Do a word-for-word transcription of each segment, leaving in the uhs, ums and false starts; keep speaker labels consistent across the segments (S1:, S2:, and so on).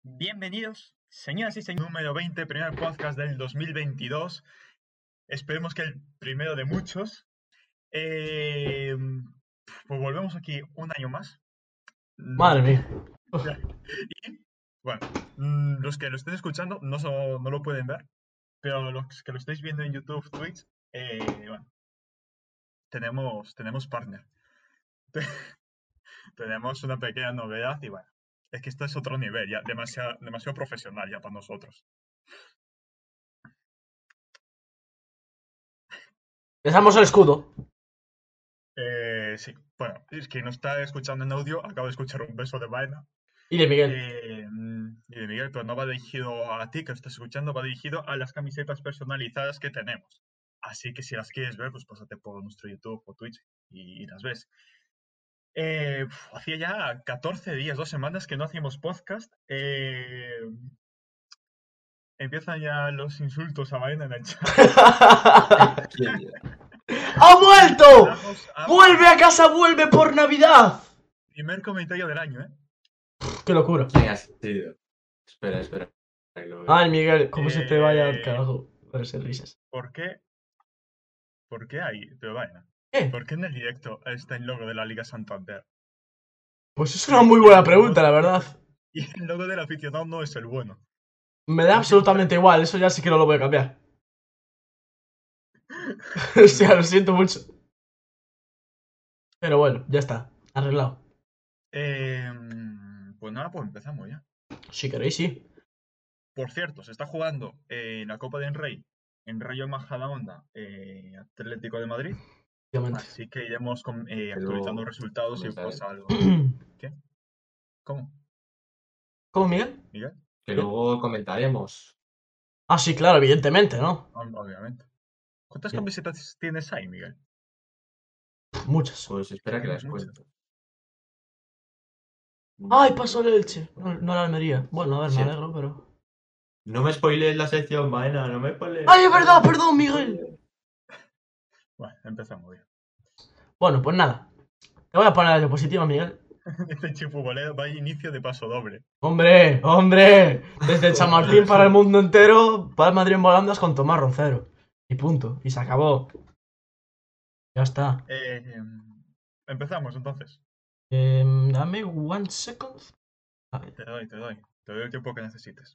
S1: Bienvenidos, señoras y señores, número veinte, primer podcast del dos mil veintidós. Esperemos que el primero de muchos. Eh, pues volvemos aquí un año más.
S2: Madre mía.
S1: Y, bueno, los que lo estén escuchando no, so, no lo pueden ver, pero los que lo estáis viendo en YouTube, Twitch, eh, bueno, tenemos, tenemos partner. Tenemos una pequeña novedad y bueno, es que esto es otro nivel, ya demasiado, demasiado profesional ya para nosotros.
S2: Les damos el escudo.
S1: Eh, sí, bueno, es que no está escuchando en audio, acabo de escuchar un beso de vaina.
S2: Y de Miguel.
S1: Eh, y de Miguel, pero no va dirigido a ti que lo estás escuchando, va dirigido a las camisetas personalizadas que tenemos. Así que si las quieres ver, pues pásate por nuestro YouTube o Twitch y, y las ves. Eh, uf, hacía ya catorce días, dos semanas que no hacíamos podcast. Eh, empiezan ya los insultos a vaina en el chat.
S2: ¡Ha vuelto! ¡Vuelve a casa, vuelve por Navidad!
S1: Primer comentario del año, ¿eh?
S2: ¡Qué locura!
S3: ¿Quién ha sido? Espera, espera.
S2: Ay, Miguel, ¿cómo
S1: Eh,
S2: se te vaya al carajo? Puede ser risas.
S1: ¿Por qué? ¿Por qué hay? Pero vaina.
S2: ¿Qué?
S1: ¿Por qué en el directo está el logo de la Liga Santander?
S2: Pues es una muy buena pregunta, la verdad.
S1: Y el logo del aficionado no es el bueno.
S2: Me da absolutamente igual, eso ya sí que no lo voy a cambiar. O sea, lo siento mucho. Pero bueno, ya está. Arreglado.
S1: Eh, pues nada, pues empezamos ya.
S2: Si queréis, sí.
S1: Por cierto, se está jugando eh, la Copa del Rey en Rayo Majadahonda, eh, Atlético de Madrid.
S2: Obviamente.
S1: Así que iremos con, eh,
S3: Pero
S1: actualizando resultados y
S3: comentaré.
S1: pasa algo. ¿Qué? ¿Cómo?
S2: ¿Cómo, Miguel?
S1: ¿Miguel?
S3: Que luego comentaremos.
S2: Ah, sí, claro, evidentemente, ¿no?
S1: Ob- Obviamente. ¿Cuántas
S2: Bien.
S1: camisetas tienes ahí, Miguel?
S2: Muchas.
S3: Pues espera que las
S1: Muchas.
S3: cuento.
S2: ¡Ay, pasó el Elche! No, no la Almería. Bueno, a ver, me
S3: Sí.
S2: alegro, pero...
S3: No me spoilees la sección, vaina, no me spoilees.
S2: ¡Ay, es verdad! ¡Perdón, Miguel!
S1: Bueno, empezamos bien.
S2: Bueno, pues nada. Te voy a poner la diapositiva, Miguel.
S1: Este chifubolero va a inicio de paso doble.
S2: ¡Hombre! ¡Hombre! Desde el Chamartín para el mundo entero, para el Madrid en volandas con Tomás Roncero. Y punto. Y se acabó. Ya está.
S1: Eh, empezamos entonces.
S2: Eh, dame one second. A ver.
S1: Te doy, te doy. Te doy el tiempo que necesites.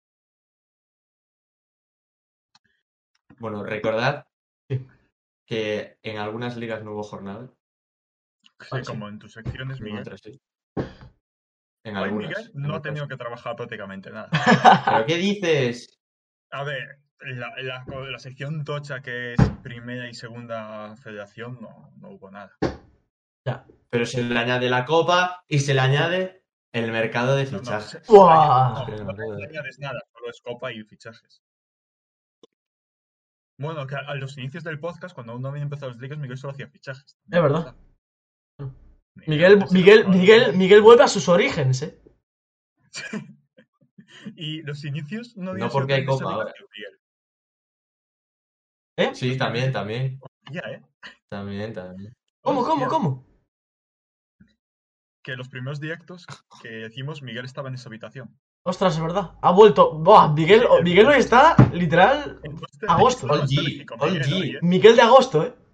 S3: Bueno, recordad
S2: Sí.
S3: que en algunas ligas no hubo jornada.
S1: Sí,
S2: Vale, sí.
S1: como en tus secciones,
S3: En
S1: Miguel.
S3: otras sí. En
S1: Hoy
S3: algunas.
S1: Miguel
S3: en
S1: no ha
S3: otras
S1: tenido
S3: no.
S1: que trabajar prácticamente nada.
S3: ¿Pero qué dices?
S1: A ver, la, la, la sección tocha que es primera y segunda federación no, no hubo nada.
S2: Ya.
S3: Pero se le añade la copa y se le añade el mercado de
S1: No, no,
S3: fichajes.
S1: se- se-
S2: ¡Buah!
S1: no, no, no le añades nada, solo es copa y fichajes. Bueno, que a, a los inicios del podcast, cuando aún no habían empezado las ligas, Miguel solo hacía fichajes.
S2: Es verdad.
S1: Miguel,
S2: Miguel,
S1: antes era
S2: Miguel,
S1: jugador.
S2: Miguel, Miguel vuelve a sus orígenes, ¿eh?
S1: Y los inicios no
S3: No
S1: habían
S3: porque
S1: sido
S3: hay
S1: tan
S3: copa ahora.
S1: desanimados, Miguel.
S2: ¿Eh?
S3: Sí, también, también.
S1: Ya, ¿eh?
S3: También, también.
S2: ¿Cómo, cómo,
S1: Hostia,
S2: cómo?
S1: Que los primeros directos que hicimos, Miguel estaba en esa habitación.
S2: Ostras, es verdad. Ha vuelto. Buah, Miguel,
S1: Sí, el-
S2: Miguel hoy está literal
S1: El póster
S2: agosto.
S1: extra
S3: All G,
S1: nostálgico,
S3: all
S1: Miguel,
S3: G.
S1: hoy, ¿eh?
S2: Miguel de agosto, ¿eh?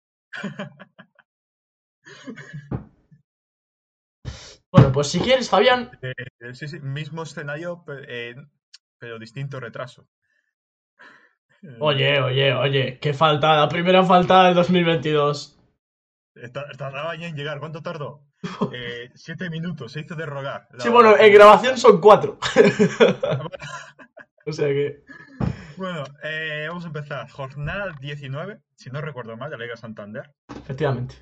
S2: Bueno, pues si quieres, Fabián.
S1: Eh, eh, sí, sí, mismo escenario, pe- eh, pero distinto retraso. Eh,
S2: Oye, oye, oye, qué falta, la primera falta del dos mil veintidós.
S1: ta- Tardaba ya en llegar. ¿Cuánto tardó? Eh, siete minutos, se hizo de rogar.
S2: Sí,
S1: La-
S2: bueno, en grabación son cuatro. O sea que.
S1: Bueno, eh, vamos a empezar. Jornada diecinueve, si no recuerdo mal, de la Liga Santander.
S2: Efectivamente.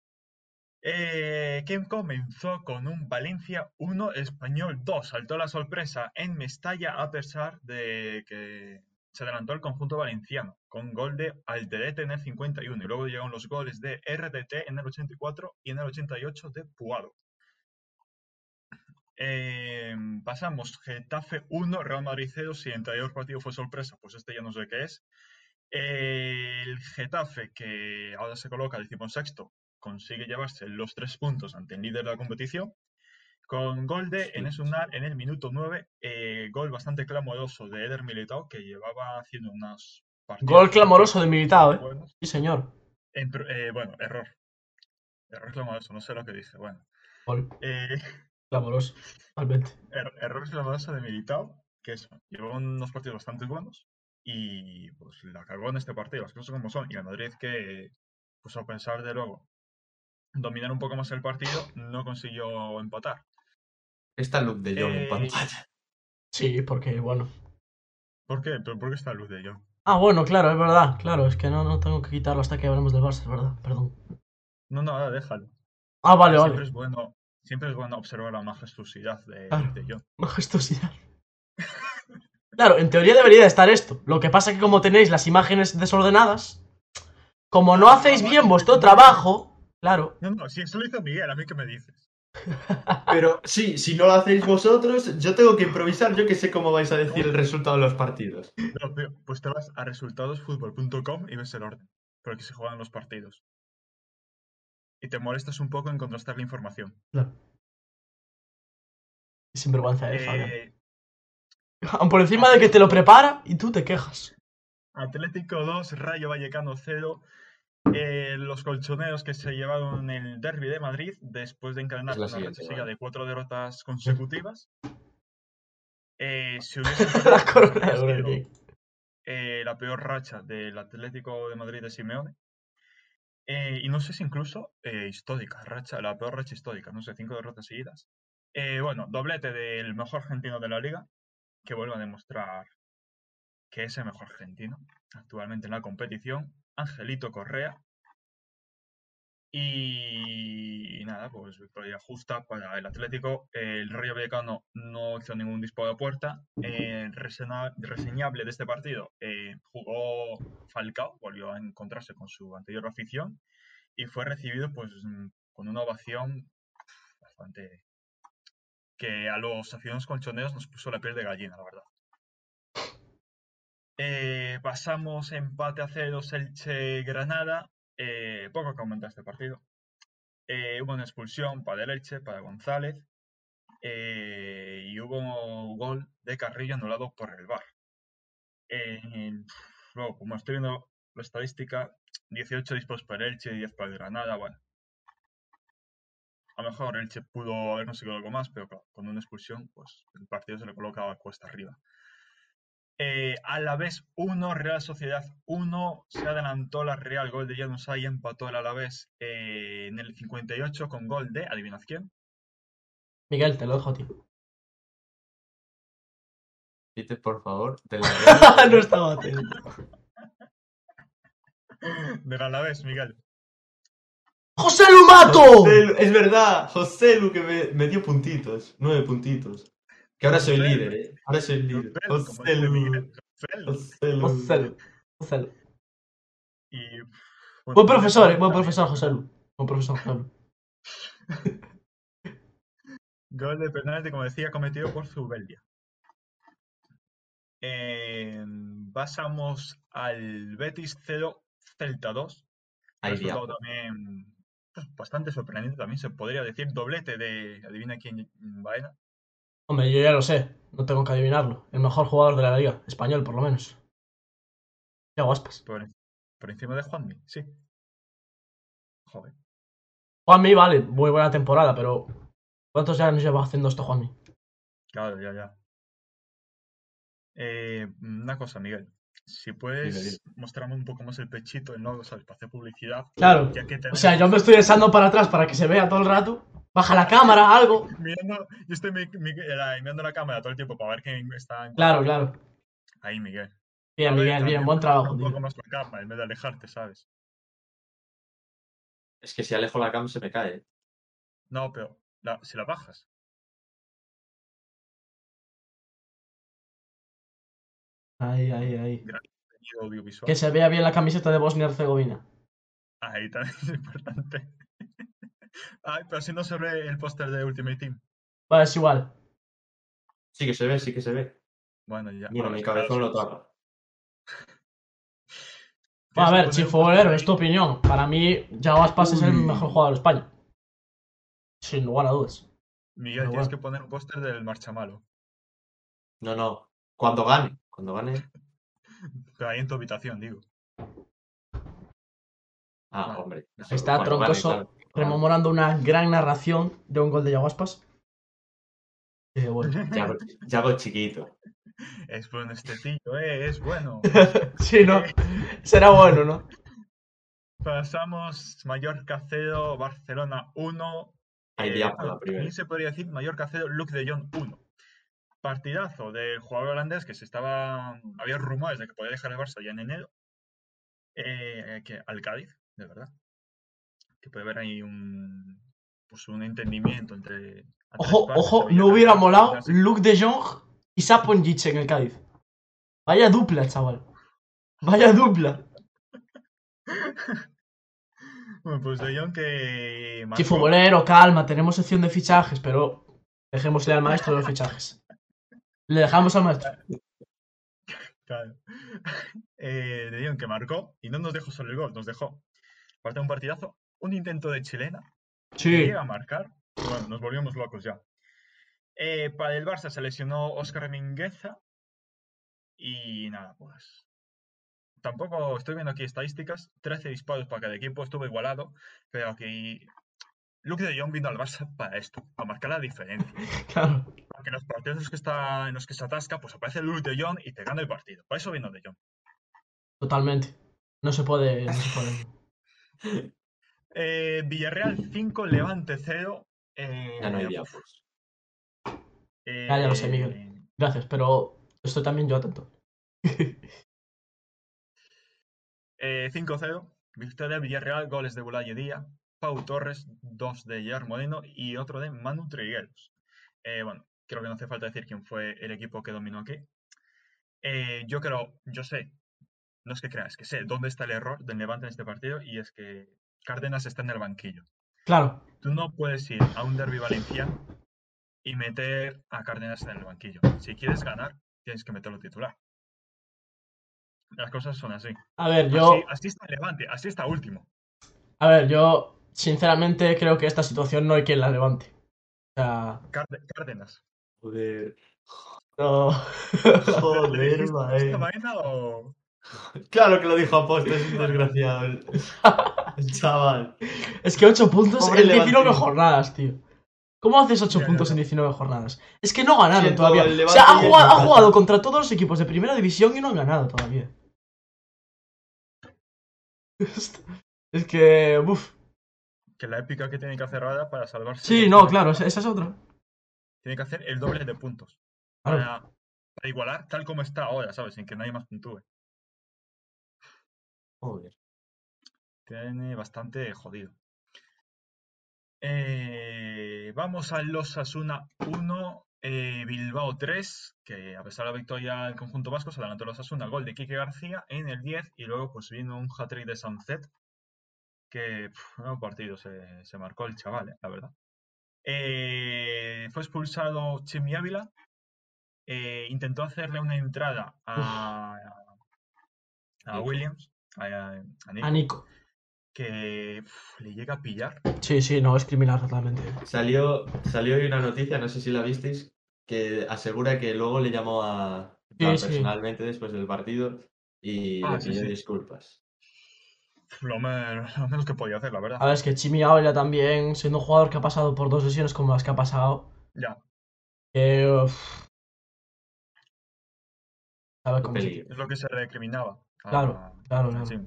S1: Eh, que comenzó con un Valencia uno, Español dos. Saltó la sorpresa en Mestalla a pesar de que se adelantó el conjunto valenciano con gol de Alderete en el cincuenta y uno. Y luego llegaron los goles de R D T en el ochenta y cuatro y en el ochenta y ocho de Puado. Eh, pasamos Getafe uno, Real Madrid cero. Si el anterior partido fue sorpresa, pues este ya no sé qué es. El Getafe, que ahora se coloca decimosexto, consigue llevarse los tres puntos ante el líder de la competición. Con gol de
S3: Sí.
S1: Enes Unal en el minuto nueve, eh, gol bastante clamoroso de Eder Militao, que llevaba haciendo unos partidos
S2: Gol
S1: bastante
S2: clamoroso de Militao, eh.
S1: buenos.
S2: Sí, señor.
S1: En pr- eh, bueno, error. Error clamoroso, no sé lo que dije. Bueno,
S2: Gol
S1: eh,
S2: clamoroso. Totalmente.
S1: er- error clamoroso de Militao, que eso, llevaba unos partidos bastante buenos y pues la cagó en este partido, las cosas como son. Y el Madrid que, pues a pesar de luego dominar un poco más el partido, no consiguió empatar.
S3: Está Luke de Jong en
S1: Eh,
S3: pantalla.
S2: Sí, porque, bueno.
S1: ¿Por qué? ¿Pero por qué está Luz de Jong?
S2: Ah, bueno, claro, es verdad. Claro, es que no, no tengo que quitarlo hasta que hablemos del Barça, es verdad. Perdón.
S1: No, no, ahora déjalo.
S2: Ah, vale,
S1: Siempre
S2: vale.
S1: es bueno, siempre es bueno observar la majestuosidad de
S2: Claro.
S1: Luke de Jong.
S2: Majestuosidad. Claro, en teoría debería de estar esto. Lo que pasa es que como tenéis las imágenes desordenadas, como no hacéis bien vuestro trabajo, claro.
S1: No, no, si eso lo hizo Miguel, ¿a mí qué me dices?
S3: Pero sí, si no lo hacéis vosotros, yo tengo que improvisar, yo que sé cómo vais a decir el resultado de los partidos.
S1: No, pero, pues te vas a resultadosfutbol punto com y ves el orden por el que se juegan los partidos. Y te molestas un poco en contrastar la información.
S2: Claro. Y sinvergüenza, eh, Fabián.
S1: Eh,
S2: Aun por encima de que te lo prepara y tú te quejas.
S1: Atlético dos, Rayo Vallecano cero. Eh, los colchoneros que se llevaron el derbi de Madrid después de encadenar
S3: Es la
S1: una
S3: siguiente,
S1: racha seguida
S3: vale.
S1: de cuatro derrotas consecutivas. Eh, si hubiesen
S2: La
S1: perdido,
S2: corona
S1: hubiera
S2: de
S1: sido,
S2: Burger King.
S1: eh, la peor racha del Atlético de Madrid de Simeone. Eh, y no sé si incluso eh, histórica, racha, la peor racha histórica, no sé, cinco derrotas seguidas. Eh, bueno, doblete del mejor argentino de la liga, que vuelve a demostrar que es el mejor argentino actualmente en la competición, Angelito Correa. Y, y nada, pues victoria justa para el Atlético. El Rayo Vallecano no hizo ningún disparo a puerta. Eh, resena- reseñable de este partido, eh, jugó Falcao, volvió a encontrarse con su anterior afición y fue recibido pues mm, con una ovación bastante que a los aficionados colchoneros nos puso la piel de gallina, la verdad. Eh, pasamos empate a ceros Elche-Granada. Eh, poco que aumentar este partido. Eh, hubo una expulsión para el Elche, para González, eh, y hubo gol de Carrillo anulado por el V A R. Eh, luego, como estoy viendo la estadística, dieciocho disparos para el Elche, diez para el Granada. Bueno, a lo mejor Elche pudo haber conseguido algo más, pero claro, con una expulsión, pues el partido se le colocaba cuesta arriba. Eh, Alavés uno, Real Sociedad uno, se adelantó la Real, gol de Januzaj y empató el Alavés eh, en el cincuenta y ocho con gol de, adivinad quién.
S2: Miguel, te lo dejo a ti.
S3: Pite, por favor, de la
S2: No estaba atento.
S1: Del Alavés, Miguel.
S2: ¡José Lumato!
S3: José Lu- es verdad, José Lu que me, me dio puntitos, nueve puntitos. Que ahora soy
S1: José Lu.
S3: líder, eh. Ahora soy líder.
S1: José Lu, como
S3: José
S1: dice Miguel.
S3: Lu.
S1: José Lu.
S3: José Lu.
S2: José Lu. José Lu.
S1: Y, bueno,
S2: Buen profesor, eh.
S1: también-
S2: Buen profesor, José Lu. Buen profesor, José Lu.
S1: Gol de penalti, como decía, cometido por Zubeldia. Eh, pasamos al Betis cero, Celta dos.
S3: Ay,
S1: Resultado
S3: diablo.
S1: también pues, bastante sorprendente, también se podría decir. Doblete de, adivina quién, Baena.
S2: Hombre, yo ya lo sé. No tengo que adivinarlo. El mejor jugador de la liga. Español, por lo menos. Ya Aspas.
S1: Por, por encima de Juanmi, sí. Joder.
S2: Juanmi, vale. Muy buena temporada, pero... ¿Cuántos años lleva haciendo esto, Juanmi?
S1: Claro, ya, ya. Eh, una cosa, Miguel. Si puedes
S3: Dime, dime.
S1: mostrarme un poco más el pechito, ¿no? ¿Sabes? Para hacer publicidad.
S2: Claro.
S1: Ya que
S2: O sea, yo me estoy echando para atrás para que se vea todo el rato. Baja la cámara, algo.
S1: Mirando, yo estoy mi- mi- la- mirando la cámara todo el tiempo para ver quién está en-
S2: Claro, claro.
S1: ahí, Miguel.
S2: Bien,
S1: A ver,
S2: Miguel, bien.
S1: también
S2: Buen trabajo,
S1: un poco
S2: tío.
S1: más la cámara en vez de alejarte, ¿sabes?
S3: Es que si alejo la cam se me cae. eh.
S1: No, pero la- si la bajas.
S2: Ahí, ahí, ahí.
S1: Contenido audiovisual.
S2: Que se vea bien la camiseta de Bosnia-Herzegovina.
S1: Ahí también es importante. Ay, pero si no se ve el póster de Ultimate Team.
S2: Vale, es igual.
S3: Sí que se ve, sí que se ve.
S1: Bueno, ya.
S3: Bueno,
S1: Vamos
S3: mi
S1: a quedar
S3: cabezón lo
S1: solos.
S3: tapa.
S2: Bueno, a
S1: ¿Quieres
S2: ver,
S1: poner un
S2: Chifubolero,
S1: póster
S2: es tu
S1: ahí?
S2: opinión. Para mí, Yago Aspas es el
S3: Uy.
S2: mejor jugador de España. Sin lugar a dudas.
S1: Miguel,
S2: Pero
S1: tienes
S2: bueno.
S1: que poner un póster del Marchamalo.
S3: No, no. Cuando gane. Cuando gane.
S1: Pero ahí en tu habitación, digo.
S3: Ah,
S1: Vale.
S3: hombre. Eso,
S2: Está
S3: cuando gane, claro.
S2: Troncoso
S3: Cuando gane.
S2: rememorando una gran narración de un gol de Yaguaspas. Eh, bueno.
S3: Yago, Yago chiquito.
S1: Es bueno este tío, eh, es bueno.
S2: Sí, ¿no?
S1: Eh,
S2: Será bueno, ¿no?
S1: pasamos Mallorca cero, Barcelona uno.
S3: Hay
S1: Eh,
S3: diablo la
S1: bueno,
S3: primera.
S1: también se podría decir Mallorca cero, Luke de Jong uno. Partidazo del jugador holandés que se estaba. Había rumores de que podía dejar el Barça ya en enero. Eh, que al Cádiz, de verdad. Que puede haber ahí un. Pues un entendimiento entre. A tres
S2: Ojo,
S1: partes,
S2: ojo,
S1: Sevilla,
S2: no
S1: Cádiz,
S2: hubiera
S1: Barça,
S2: molado
S1: quedarse.
S2: Luke de Jong y Saponjic en el Cádiz. Vaya dupla, chaval. Vaya dupla.
S1: Bueno, pues De Jong que
S2: Sí,
S1: marcó.
S2: futbolero, calma, tenemos sección de fichajes, pero dejémosle al maestro de los fichajes. Le dejamos al maestro.
S1: Claro. Eh, De Jong que marcó y no nos dejó solo el gol, nos dejó. Aparte de un partidazo, un intento de chilena que
S2: Sí.
S1: llega a marcar. Y bueno, nos volvimos locos ya. Eh, para el Barça se lesionó Óscar Mingueza. Y nada, pues. Tampoco estoy viendo aquí estadísticas. trece disparos para cada equipo, estuvo igualado. Pero aquí. Luke de Jong vino al Barça para esto, para marcar la diferencia.
S2: Claro.
S1: Porque en los partidos en los que, está, en los que se atasca, pues aparece Luke de Jong y te gana el partido. Para eso vino de Jong.
S2: Totalmente. No se puede, no se puede.
S1: Eh, Villarreal cinco, Levante cero.
S3: Ya no hay
S1: Eh, uf,
S3: diablos.
S2: Ya, ya lo sé, Miguel.
S1: eh,
S2: Gracias, pero estoy también yo atento.
S1: eh, cinco cero. Victoria Villarreal, goles de Boulaye Díaz, Pau Torres, dos de Gerard Moreno y otro de Manu Trigueros. Eh, bueno, creo que no hace falta decir quién fue el equipo que dominó aquí. Eh, yo creo, yo sé, no es que creas, que sé dónde está el error del Levante en este partido y es que Cárdenas está en el banquillo.
S2: Claro.
S1: Tú no puedes ir a un derby valenciano y meter a Cárdenas en el banquillo. Si quieres ganar, tienes que meterlo titular. Las cosas son así.
S2: A ver,
S1: Así,
S2: yo.
S1: así está el Levante, así está último.
S2: A ver, yo. Sinceramente creo que esta situación no hay quien la levante. O sea.
S1: Cárde- Cárdenas.
S3: Joder.
S2: No.
S3: Joder,
S1: ¿Le dijiste esta
S3: mae.
S1: vaina o...?
S3: Claro que lo dijo aposta, es un
S1: Vale, vale.
S3: desgraciado. El, el chaval.
S2: Es que ocho puntos
S3: Pobre
S2: en diecinueve
S3: Levante.
S2: jornadas, tío. ¿Cómo haces ocho
S1: Ya, ya,
S2: puntos en
S1: ya.
S2: diecinueve jornadas? Es que no ganaron
S3: Siendo
S2: todavía.
S3: el
S2: O sea,
S3: Levante
S2: ha
S3: y el
S2: jugado, ha
S3: Newcastle.
S2: jugado contra todos los equipos de primera división y no han ganado todavía. Es que. Uf.
S1: Que la épica que tiene que hacer ahora para salvarse
S2: Sí, no,
S1: tiene que,
S2: claro, esa esa es otra.
S1: tiene que hacer el doble de puntos.
S2: Claro.
S1: Para, para igualar tal como está ahora, ¿sabes? Sin que nadie más puntúe.
S3: Joder.
S1: Tiene bastante jodido. Eh, vamos al Osasuna uno, eh, Bilbao tres, que a pesar de la victoria del conjunto vasco se adelantó el Osasuna, gol de Quique García en el diez y luego pues vino un hat-trick de Sancet, que pff, en un partido se, se marcó el chaval, eh, la verdad. Eh, fue expulsado Chimi Ávila, eh, intentó hacerle una entrada
S2: Uf.
S1: a, a
S3: Nico.
S1: Williams, a, a
S2: A
S1: Nico,
S2: Nico.
S1: que pff, le llega a pillar.
S2: Sí, sí, no, es criminal totalmente.
S3: Salió, salió hoy una noticia, no sé si la visteis, que asegura que luego le llamó a, en
S2: Sí,
S3: plan,
S2: sí.
S3: personalmente después del partido y
S1: Ah,
S3: le
S1: sí,
S3: pidió
S1: sí.
S3: disculpas.
S1: Lo, me- lo menos que podía hacer, la verdad.
S2: A ver, es que Chimi Ávila también, siendo un jugador que ha pasado por dos lesiones como las que ha pasado,
S1: Ya,
S2: que. Uf, sabe
S3: Qué
S2: cómo se tiene.
S3: peligro.
S1: es lo que se recriminaba
S2: Claro,
S1: a,
S2: claro,
S1: a
S2: claro.
S1: Chim.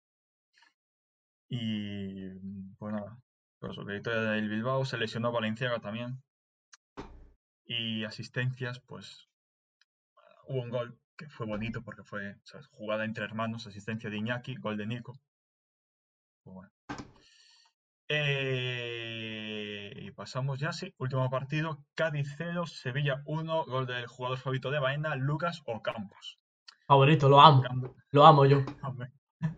S1: Y pues nada, pues la victoria del Bilbao, se lesionó Valenciaga también. Y asistencias, pues hubo un gol que fue bonito porque fue, ¿sabes?, jugada entre hermanos, asistencia de Iñaki, gol de Nico. Pues bueno. Eh, y pasamos ya, sí, último partido, Cádiz cero, Sevilla uno, gol del jugador favorito de Baena, Lucas Ocampos.
S2: Favorito, lo amo.
S1: Marcando.
S2: Lo amo yo.
S1: Hombre.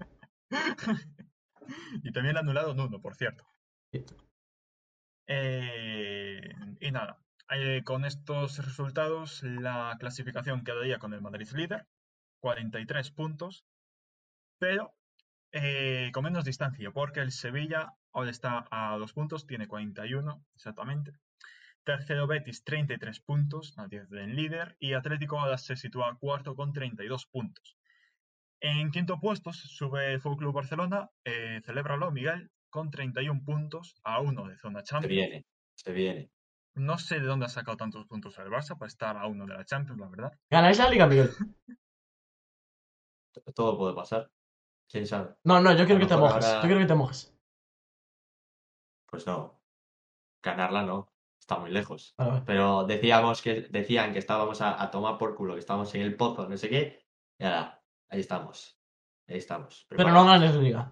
S1: Y también le anularon uno, por cierto. Eh, y nada, eh, con estos resultados la clasificación quedaría con el Madrid líder, cuarenta y tres puntos, pero eh, con menos distancia, porque el Sevilla ahora está a dos puntos, tiene cuarenta y uno exactamente. Tercero Betis, treinta y tres puntos, nadie en líder. Y Atlético ahora se sitúa cuarto con treinta y dos puntos. En quinto puesto sube el Fútbol Club Barcelona, eh, celébralo, Miguel, con treinta y un puntos a uno de zona
S4: Se
S1: Champions.
S4: viene, se viene.
S1: No sé de dónde ha sacado tantos puntos el Barça para estar a uno de la Champions, la verdad.
S2: ¿Ganáis la liga, Miguel?
S4: Todo puede pasar. ¿Quién sabe?
S2: No, no, yo
S4: A
S2: quiero
S4: lo
S2: que te
S4: mejor
S2: mojes.
S4: ahora-
S2: Yo quiero que te mojes.
S4: Pues no. Ganarla no. Está muy lejos.
S2: Vale, vale.
S4: Pero decíamos que, decían que estábamos a, a tomar por culo, que estábamos en el pozo, no sé qué. Y ahora, ahí estamos. Ahí estamos.
S2: Pero no
S4: preparados.
S2: ganes la liga.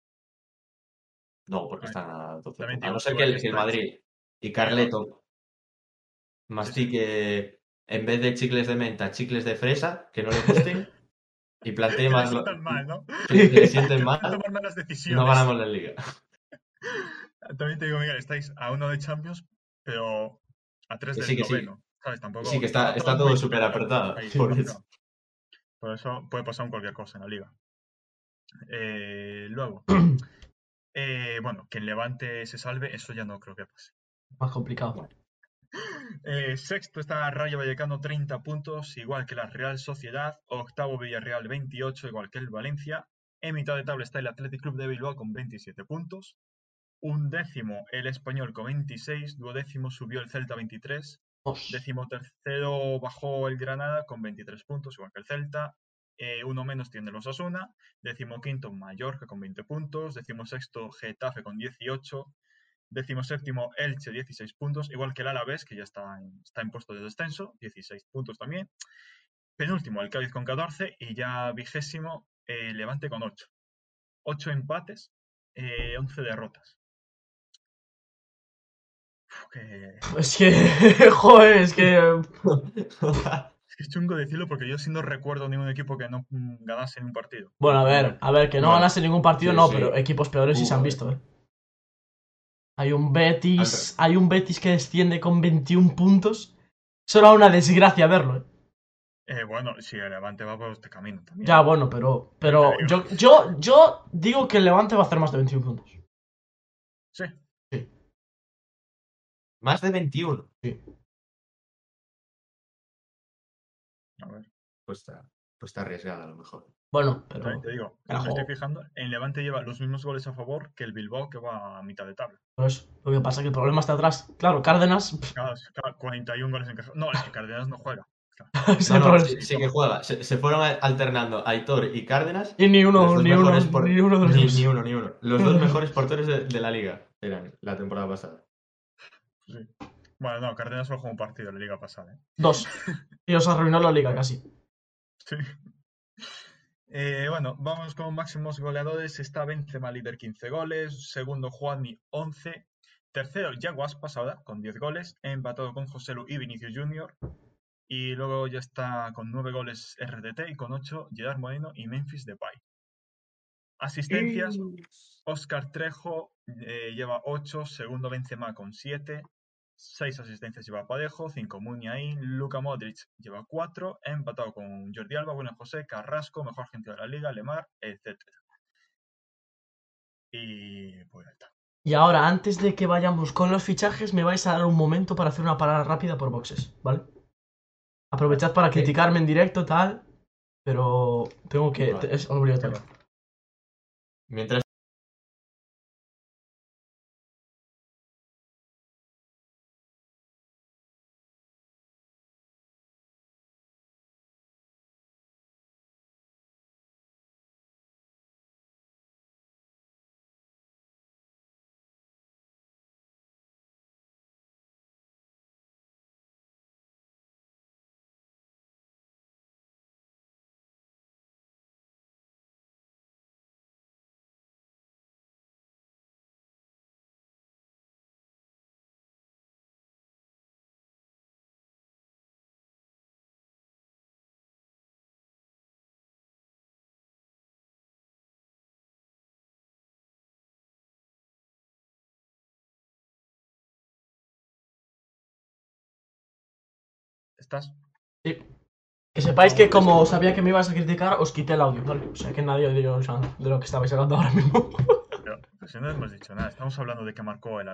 S4: No, porque
S1: Ay,
S4: están a doce
S1: también
S4: puntos. A
S1: digo,
S4: no ser
S1: tú
S4: que el,
S1: eres
S4: que el
S1: Barça.
S4: Madrid y Carleto mastique en vez de chicles de menta, chicles de fresa, que no le gusten, y plantee
S1: Que le
S4: más lo-
S1: sientan mal, ¿no?
S4: que, que le sienten
S1: Que
S4: mal,
S1: tomar malas decisiones.
S4: no ganamos la liga.
S1: También te digo, Miguel, estáis a uno de Champions, pero a tres
S4: Que
S1: del
S4: sí, que sí.
S1: noveno. ¿Sabes? Tampoco,
S4: Sí, que está- está todo
S1: muy
S4: súper apretado,
S1: ahí,
S4: por
S1: ahí,
S4: eso.
S1: Por eso puede pasar cualquier cosa en la liga. Eh, luego, eh, bueno, que el Levante se salve, eso ya no creo que pase.
S2: Más complicado.
S1: Eh, sexto está Rayo Vallecano, treinta puntos, igual que la Real Sociedad. Octavo Villarreal, veintiocho, igual que el Valencia. En mitad de tabla está el Athletic Club de Bilbao con veintisiete puntos. Undécimo el Español con veintiséis. Duodécimo subió el Celta, veintitrés.
S2: Os.
S1: Décimo tercero bajó el Granada con veintitrés puntos, igual que el Celta. Eh, uno menos tiene los Osasuna. Décimo quinto Mallorca con veinte puntos. Décimo sexto Getafe con dieciocho. Décimo séptimo Elche, dieciséis puntos, igual que el Alavés, que ya está en, está en puesto de descenso, dieciséis puntos también. Penúltimo el Cádiz con catorce y ya vigésimo el Levante con ocho. ocho empates, eh, once derrotas. Uf, que...
S2: Es que, joder, es que...
S1: Es que es chungo decirlo porque yo sí no recuerdo ningún equipo que no mm, ganase en un partido.
S2: Bueno, a ver, a ver, que no
S4: Bueno,
S2: ganase ningún partido,
S4: sí,
S2: no,
S4: sí.
S2: pero equipos peores sí se han
S4: Hubo,
S2: visto, eh. Hay un Betis, hay un Betis que desciende con veintiún puntos. Eso era una desgracia verlo, eh.
S1: Eh, bueno, si el Levante va por este camino también.
S2: Ya, bueno, pero, pero
S1: Te
S2: yo,
S1: digo.
S2: yo, yo digo que el Levante va a hacer más de veintiún puntos.
S1: Sí.
S4: Más de veintiuno.
S1: A ver,
S4: Pues está, pues está arriesgada a lo mejor.
S2: Bueno, pero...
S1: también te digo,
S2: Pero
S1: me estoy
S2: jo-
S1: fijando, el Levante lleva los mismos goles a favor que el Bilbao, que va a mitad de tabla.
S2: Por eso. Lo que pasa es que el problema está atrás. Claro, Cárdenas... pff,
S1: Claro, claro, cuarenta y un goles encajados. No, es que Cárdenas no juega.
S2: es
S4: No,
S2: el
S4: no,
S2: problema.
S4: sí, sí que juega. Se, se fueron alternando Aitor y Cárdenas.
S2: Y ni
S4: los
S2: uno,
S4: dos
S2: ni uno,
S4: mejores por-
S2: ni uno de los
S4: ni,
S2: dos.
S4: ni uno, ni uno. Los dos mejores porteros de, de la liga eran la temporada pasada.
S1: Sí. Bueno, no, Cárdenas solo jugó un partido en la liga pasada. ¿eh?
S2: Dos. Y os arruinó la liga casi.
S1: Sí. Eh, bueno, vamos con máximos goleadores. Está Benzema, líder, quince goles. Segundo, Juanmi, once. Tercero, Yago Aspas ahora, con diez goles. Empatado con Joselu y Vinicius Junior. Y luego ya está con nueve goles R D T y con ocho Gerard Moreno y Memphis Depay. Asistencias, Óscar Trejo eh, lleva ocho, segundo Benzema con siete, seis asistencias lleva Parejo, cinco Muniain, Luka Modric lleva cuatro, empatado con Jordi Alba, Bueno José, Carrasco, mejor gente de la liga, Lemar, etcétera. Y pues ya está.
S2: Y ahora, antes de que vayamos con los fichajes, me vais a dar un momento para hacer una parada rápida por boxes, ¿vale? Aprovechad para criticarme en directo, tal, pero tengo que...
S4: Vale.
S2: Es obligatorio.
S4: Mientras
S1: ¿Estás?
S2: Sí. Que sepáis que como sabía que me ibas a criticar, os quité el audio, ¿vale? O sea, que nadie dio de lo que estabais hablando ahora mismo.
S1: Pero, pues si no hemos dicho nada, estamos hablando de que marcó el Atleti.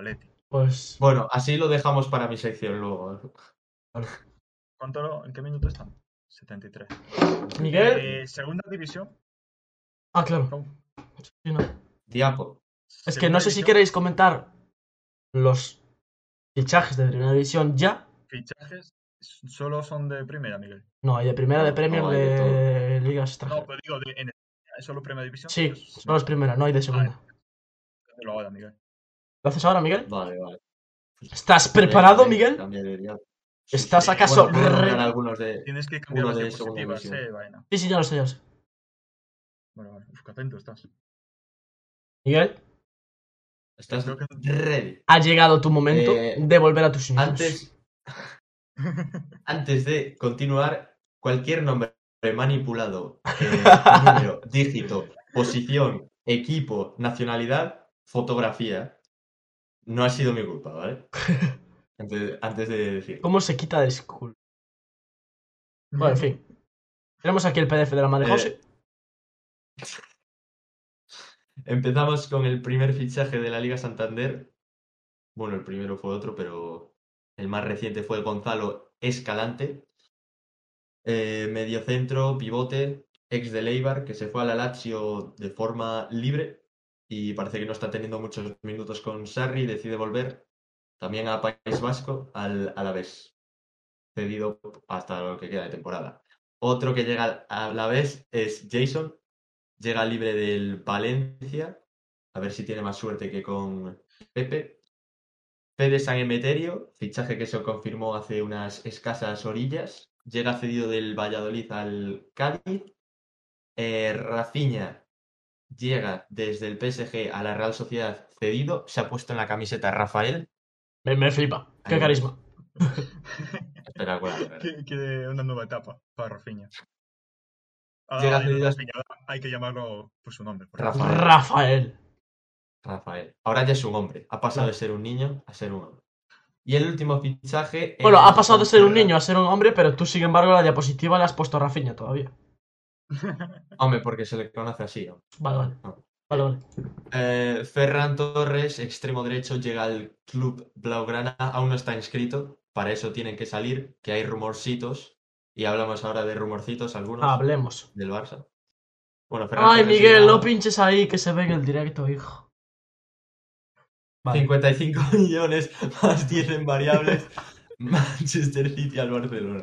S2: Pues.
S4: Bueno, así lo dejamos para mi sección luego.
S1: ¿Cuánto lo- ¿En qué minuto están? setenta y tres.
S2: Miguel.
S1: Eh, segunda división.
S2: Ah, claro.
S1: ¿Cómo?
S2: Sí, no.
S4: Diapo.
S2: Es que no
S1: Segunda
S2: sé si
S1: división.
S2: queréis comentar los fichajes de primera división ya.
S1: Fichajes solo son de primera, Miguel.
S2: No, hay de primera, de
S4: No,
S2: Premier,
S4: no, hay de todo.
S2: de ligas
S1: No,
S2: extranjeras.
S1: pero digo, de, en España, ¿es solo primera división?
S2: Sí,
S1: Pues
S2: solo es
S1: mira,
S2: primera, no hay de
S1: vale,
S2: segunda.
S1: dímelo ahora, Miguel.
S2: ¿Lo haces ahora, Miguel?
S4: Vale, vale.
S2: ¿Estás
S4: Venga,
S2: preparado,
S4: venga,
S2: Miguel?
S4: cambiaré de diapo. Sí,
S2: ¿Estás
S4: sí.
S2: acaso
S4: Bueno, puedo nombrar
S2: ready?
S4: algunos de
S1: Tienes que cambiar
S4: uno
S1: las
S4: de segunda
S1: diapositivas,
S4: división.
S1: eh, vaina.
S2: Sí, sí, ya lo sé, ya lo sé.
S1: Vale, vale. Uf, qué atento estás.
S2: Miguel,
S4: ¿Estás
S1: Creo que...
S4: ready?
S2: ha llegado tu momento
S4: Eh,
S2: de volver a tus inicios.
S4: Antes, antes de continuar, cualquier nombre manipulado, eh, número, dígito, posición, equipo, nacionalidad, fotografía, no ha sido mi culpa, ¿vale? Antes, antes de decir.
S2: ¿Cómo se quita de school? Bueno, en fin. Tenemos aquí el P D F de la madre
S4: Eh,
S2: José.
S4: Empezamos con el primer fichaje de la Liga Santander. Bueno, el primero fue otro, pero el más reciente fue Gonzalo Escalante. Eh, mediocentro, pivote, ex de Eibar, que se fue a la Lazio de forma libre y parece que no está teniendo muchos minutos con Sarri, decide volver también a País Vasco, al Alavés, cedido hasta lo que queda de temporada. Otro que llega al Alavés es Jason, llega libre del Valencia, a ver si tiene más suerte que con Pepe. Fede San Emeterio, fichaje que se confirmó hace unas escasas orillas, llega cedido del Valladolid al Cádiz. Eh, Rafinha llega desde el P S G a la Real Sociedad cedido, se ha puesto en la camiseta Rafael.
S2: Me, me flipa. Qué
S4: Ahí,
S2: carisma.
S4: espectacular, ¿verdad?
S1: Quiere- Quiere una nueva etapa para Rafinha. Ahora
S4: Llega
S1: hay
S4: cedido a
S1: Rafinha, hay que llamarlo por su nombre. por
S4: Rafael.
S2: Rafael.
S4: Rafael. Ahora ya es un hombre. Ha pasado
S2: Claro.
S4: de ser un niño a ser un hombre. Y el último fichaje
S2: Bueno, ha
S4: es
S2: pasado de ser un
S4: Ponferrad-
S2: niño a ser un hombre, pero tú, sin embargo, la diapositiva le has puesto a Rafinha todavía.
S4: Hombre, porque se le conoce así. ¿no?
S2: Vale, vale.
S4: No.
S2: Vale, vale.
S4: Eh, Ferran Torres, extremo derecho, llega al club Blaugrana, aún no está inscrito, para eso tienen que salir, que hay rumorcitos, y hablamos ahora de rumorcitos algunos
S2: Hablemos.
S4: del Barça. Bueno, Ferran
S2: Ay,
S4: Torres
S2: Miguel, no
S4: llega
S2: pinches ahí que se ve en el directo, hijo. Vale.
S4: cincuenta y cinco millones más diez en variables, Manchester City al Barcelona.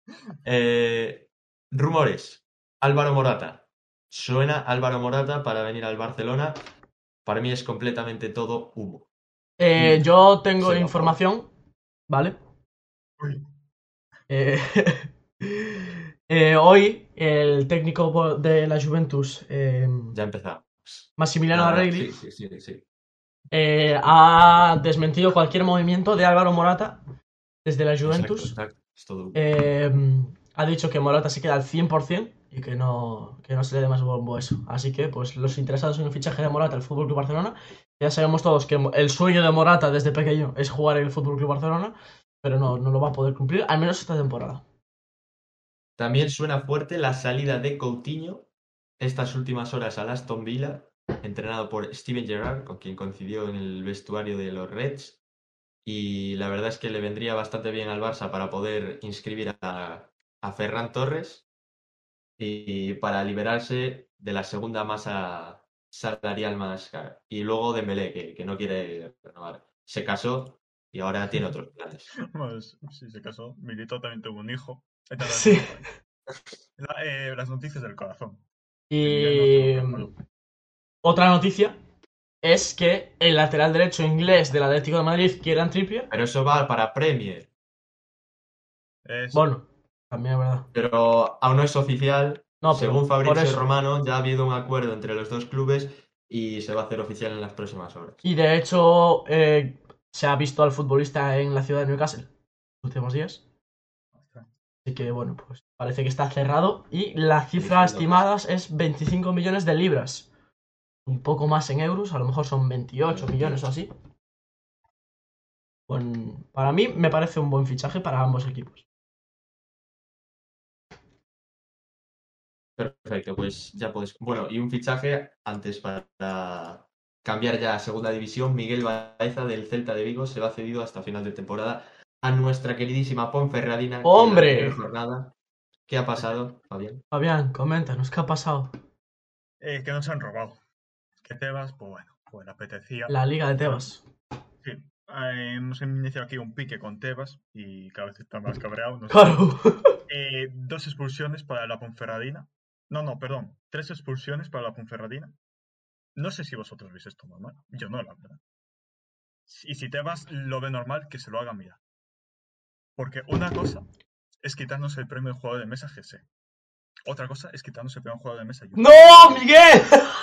S4: Eh, rumores, Álvaro Morata. Suena Álvaro Morata para venir al Barcelona. Para mí es completamente todo humo.
S2: Eh,
S4: Humo.
S2: yo tengo
S4: Se evapora.
S2: información, ¿vale?
S1: Uy,
S2: Eh, eh, hoy el técnico de la Juventus, eh,
S4: Ya empezamos.
S2: Massimiliano
S4: Nada,
S2: Allegri,
S4: sí, sí, sí, sí.
S2: eh, ha desmentido cualquier movimiento de Álvaro Morata desde la
S4: Exacto,
S2: Juventus.
S4: exacto. Es todo humo.
S2: Eh, ha dicho que Morata se queda al cien por cien y que no, que no se le dé más bombo a eso. Así que, pues, los interesados en el fichaje de Morata al F C Barcelona, ya sabemos todos que el sueño de Morata desde pequeño es jugar en el F C Barcelona, pero no, no lo va a poder cumplir, al menos esta temporada.
S4: También suena fuerte la salida de Coutinho estas últimas horas al Aston Villa, entrenado por Steven Gerrard, con quien coincidió en el vestuario de los Reds. Y la verdad es que le vendría bastante bien al Barça para poder inscribir a, a Ferran Torres y para liberarse de la segunda masa salarial más cara. Y luego Dembélé, que, que no quiere renovar. Se casó y ahora tiene otros planes.
S1: pues sí, se casó. Milito también tuvo un hijo. Esta es la
S2: Sí.
S1: noticia. La- eh, las noticias del corazón. De Miguel
S2: Y
S1: nuestro corazón.
S2: otra noticia es que el lateral derecho inglés del Atlético de Madrid, Kieran Trippier,
S4: Pero eso va para Premier.
S1: Es-
S2: bueno, también es verdad.
S4: Pero aún no es oficial.
S2: No, pero
S4: Según
S2: por
S4: Fabrizio
S2: eso.
S4: Romano, ya ha habido un acuerdo entre los dos clubes y se va a hacer oficial en las próximas horas.
S2: Y de hecho, eh, se ha visto al futbolista en la ciudad de Newcastle en los últimos días. Así que, bueno, pues parece que está cerrado. Y la cifra
S4: Eligiendo
S2: estimada es veinticinco millones de libras. Un poco más en euros, a lo mejor son veintiocho millones o así. Bueno, para mí me parece un buen fichaje para ambos equipos.
S4: Perfecto, pues ya puedes. Bueno, y un fichaje antes para cambiar ya a segunda división, Miguel Baeza del Celta de Vigo se va cedido hasta final de temporada a nuestra queridísima Ponferradina. que en la
S2: ¡Hombre!
S4: primera jornada, ¿qué ha pasado, Fabián?
S2: Fabián, coméntanos, ¿qué ha pasado?
S1: Eh, que nos han robado. Que Tebas, pues bueno, pues le apetecía.
S2: La Liga de Tebas.
S1: Sí, eh, hemos iniciado aquí un pique con Tebas y cada vez está más cabreado. No sé.
S2: Claro.
S1: Eh, dos expulsiones para la Ponferradina. No, no, perdón. Tres expulsiones para la Ponferradina. No sé si vosotros veis esto normal. Yo no, la verdad. Y si Tebas lo ve normal, que se lo haga mirar. Porque una cosa es quitarnos el premio de jugador de mesa G S. Otra cosa es quitarnos el premio de jugador de mesa YouTube.
S2: ¡No, Miguel!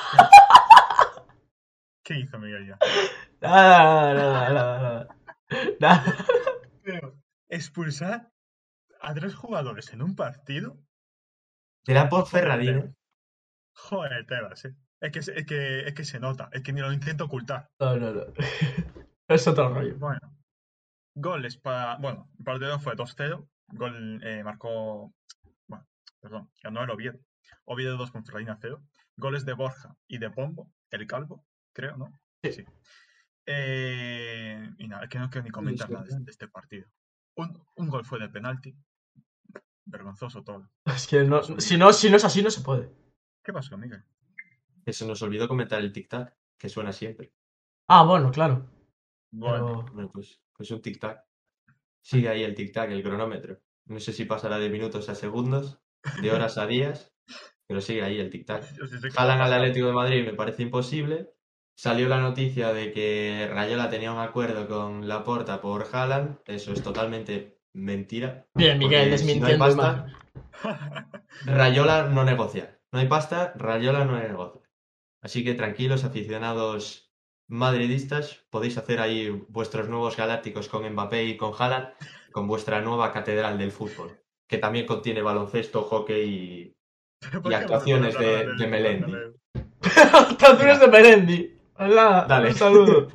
S1: ¿Qué hizo Miguel ya?
S2: Nada, nada, nada, nada. Nada.
S1: Pero expulsar a tres jugadores en un partido.
S4: Será Ponferradina.
S1: Joder, Tebas, eh. Es que, es, que, es que se nota, es que ni lo intento ocultar.
S2: No, no, no. Es otro rollo.
S1: Bueno, goles para. Bueno, el partido fue dos cero. Gol eh, marcó. Bueno, perdón, ganó el Oviedo. Oviedo dos, Ponferradina cero. Goles de Borja y de Pombo, el calvo, creo, ¿no?
S2: Sí.
S1: Sí. Eh, y nada, es que no quiero ni comentar nada de, de este partido. Un, un gol fue de penalti. Vergonzoso todo.
S2: Es que no, si, no, si no es así, no se puede.
S1: ¿Qué pasó, Miguel?
S4: Que se nos olvidó comentar el tic-tac, que suena siempre.
S2: Ah, bueno, claro.
S1: Bueno,
S2: Pero...
S4: Bueno, pues, pues un tic-tac. Sigue ahí el tic-tac, el cronómetro. No sé si pasará de minutos a segundos, de horas a días, pero sigue ahí el tic-tac.
S1: yo sí sé que
S4: Jalan
S1: va a
S4: al
S1: pasar.
S4: Atlético de Madrid me parece imposible. Salió la noticia de que Rayola tenía un acuerdo con Laporta por Haaland. Eso es totalmente mentira.
S2: Bien, Miguel,
S4: Porque si no hay
S2: desmintiendo
S4: pasta,
S2: imágenes.
S4: Rayola no negocia. No hay pasta, Rayola no negocia. Así que tranquilos, aficionados madridistas, podéis hacer ahí vuestros nuevos galácticos con Mbappé y con Haaland, con vuestra nueva catedral del fútbol, que también contiene baloncesto, hockey y,
S1: ¿Por
S4: y
S1: qué vamos a
S4: actuaciones
S1: hablar
S4: de,
S1: del
S4: de Melendi.
S1: Bernabéu?
S2: Actuaciones de Merendi. Hola,
S4: Dale.
S2: un saludo.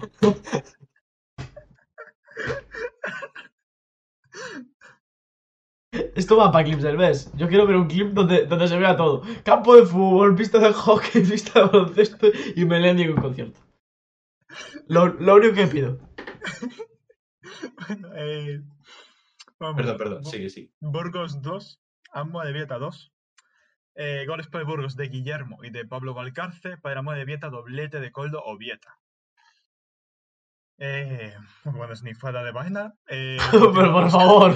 S2: Esto va para clips del mes. Yo quiero ver un clip donde, donde se vea todo. Campo de fútbol, pista de hockey, pista de baloncesto y Melendi en un concierto. Lo, lo único que pido.
S1: Bueno, eh, vamos.
S4: Perdón, perdón,
S1: Bo-
S4: sigue, sigue.
S1: Burgos dos, Amo de Vieta dos. Eh, goles para el Burgos de Guillermo y de Pablo Valcarce. Para Amo de Vieta, doblete de Coldo o Vieta. Eh, bueno, snifada de vaina. Eh,
S2: Pero por favor.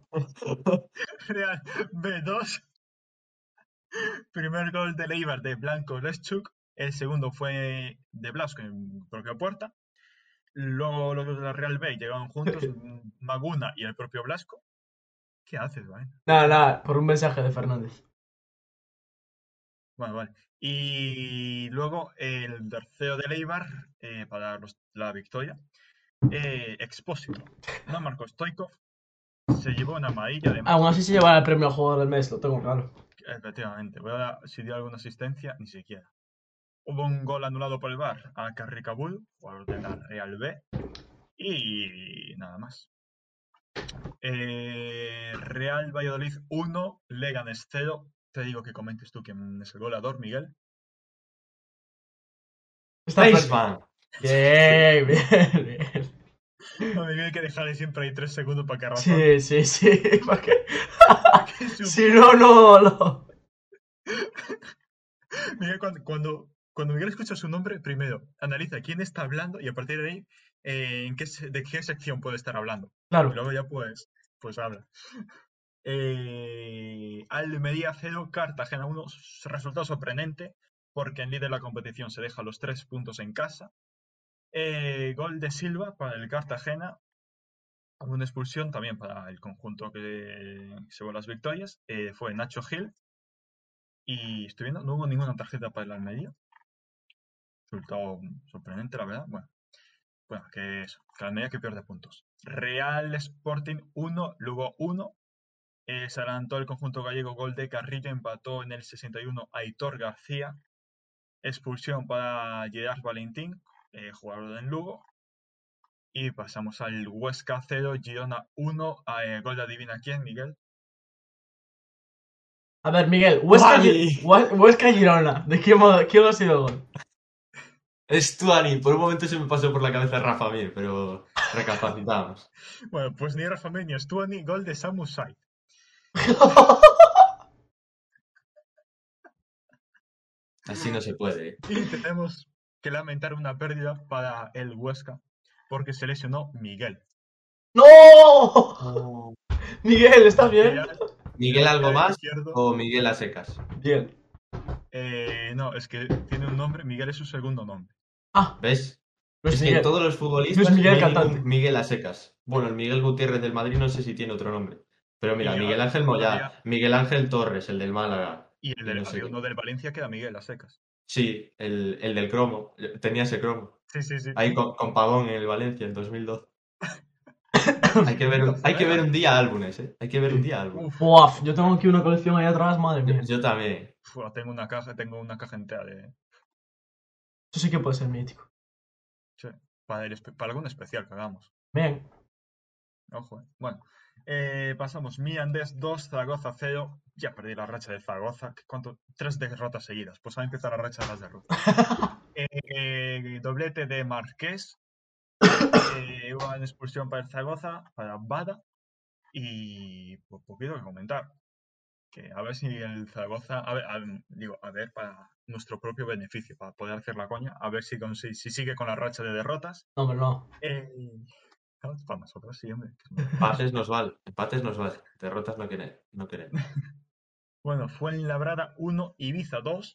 S1: Real B dos. Primer gol de Leibar de Blanco Leschuk. El segundo fue de Blasco en propia puerta. Luego los de la Real B llegaron juntos, Maguna y el propio Blasco. ¿Qué haces, vaina?
S2: Nada, nada, por un mensaje de Fernández.
S1: Bueno, vale. Y luego el tercero de Leibar eh, para los- la victoria. Eh, Expósito. No marcó Stoikov. Se llevó una amarilla de
S2: Aún así se llevará el premio al jugador del mes, lo tengo claro.
S1: Efectivamente. Voy a, si dio alguna asistencia, ni siquiera. Hubo un gol anulado por el V A R a Carricabul, jugador de la Real B. Y nada más. Eh, Real Valladolid uno, Leganés cero. Te digo que comentes tú quién es el goleador, Miguel.
S2: Está per-
S4: Reisman.
S2: Bien, bien, bien.
S1: No, Miguel hay que dejarle siempre ahí tres segundos para que razone.
S2: Sí, sí, sí. ¿Para qué?
S1: Que su-
S2: Si no, no, no.
S1: Miguel, cuando, cuando, cuando Miguel escucha su nombre, primero analiza quién está hablando y a partir de ahí, eh, en qué, se- de qué sección puede estar hablando. Y
S2: Claro.
S1: luego ya pues, pues habla. Eh, Almería cero, Cartagena uno. Resultado sorprendente porque el líder de la competición se deja los tres puntos en casa. Eh, gol de Silva para el Cartagena. Una expulsión también para el conjunto que se llevó las victorias. Eh, fue Nacho Gil. Y estoy viendo, no hubo ninguna tarjeta para el Almería. Resultado sorprendente, la verdad. Bueno, bueno que eso, que Almería que pierde puntos. Real Sporting uno, Lugo uno. Eh, se adelantó el conjunto gallego, gol de Carrillo, empató en el sesenta y uno Aitor García. Expulsión para Gerard Valentín, eh, jugador del Lugo. Y pasamos al Huesca cero, Girona uno, eh, gol de adivina quién, Miguel.
S2: A ver, Miguel, Huesca,
S4: Vale.
S2: Gi- Hue- Huesca Girona. ¿De qué modo, quién ha sido el gol?
S4: Stuani, por un momento se me pasó por la cabeza Rafa Mir, pero recapacitamos.
S1: Bueno, pues ni Rafa Mir ni Stuani, gol de Samu Said.
S4: Así no se puede. ¿eh?
S1: Y tenemos que lamentar una pérdida para el Huesca, porque se lesionó Miguel.
S2: ¡No! Miguel, ¿estás bien?
S1: Lateral-
S4: ¿Miguel algo
S1: lateral
S4: más
S1: izquierdo.
S4: o Miguel a secas?
S2: Bien.
S1: Eh, no, es que tiene un nombre, Miguel es su segundo nombre.
S2: Ah,
S4: ¿Ves?
S2: Luis
S4: Es que
S2: Miguel.
S4: en todos los futbolistas
S2: Luis Miguel
S4: no hay
S2: cantante.
S4: ningún Miguel a secas. Bueno, el Miguel Gutiérrez del Madrid no sé si tiene otro nombre. Pero mira,
S1: Y
S4: Miguel
S1: a-
S4: Ángel Moyá,
S1: había-
S4: Miguel Ángel Torres, el del Málaga.
S1: Y el
S4: Y
S1: del,
S4: no sé
S1: había
S4: qué.
S1: uno del Valencia que era Miguel a secas.
S4: Sí, el, el del cromo. Tenía ese cromo.
S1: Sí, sí, sí.
S4: Ahí con, con Pavón en el Valencia en dos mil doce. Hay que ver un, hay que ver un día álbumes, ¿eh? Hay que ver un día álbumes.
S1: Uf,
S2: Buaf, yo tengo aquí una colección ahí atrás, madre
S4: Yo,
S2: mía.
S4: yo también.
S1: uf, tengo una caja, tengo una caja entera de.
S2: Eso sí que puede ser mítico.
S1: Sí, para, el espe- para algún especial que hagamos.
S2: Bien.
S1: Ojo, eh. Bueno, eh, pasamos. Mirandés dos, Zaragoza cero. Ya perdí la racha de Zaragoza. ¿Qué- ¿Cuánto? Tres derrotas seguidas. Pues va a empezar la racha de las derrotas. Eh, eh, doblete de Marqués. Eh, hubo una expulsión para el Zaragoza, para Bada. Y pues poquito que comentar. Que a ver si el Zaragoza, a ver, a- digo, a ver, para nuestro propio beneficio, para poder hacer la coña, a ver si, consi- si sigue con la racha de derrotas.
S2: No, hombre, no.
S1: Eh, claro, para nosotros sí, hombre. que es mejor.
S4: Empates nos vale. Empates nos vale. Derrotas no queremos. No queremos.
S1: Bueno, fue en Labrada uno, Ibiza dos.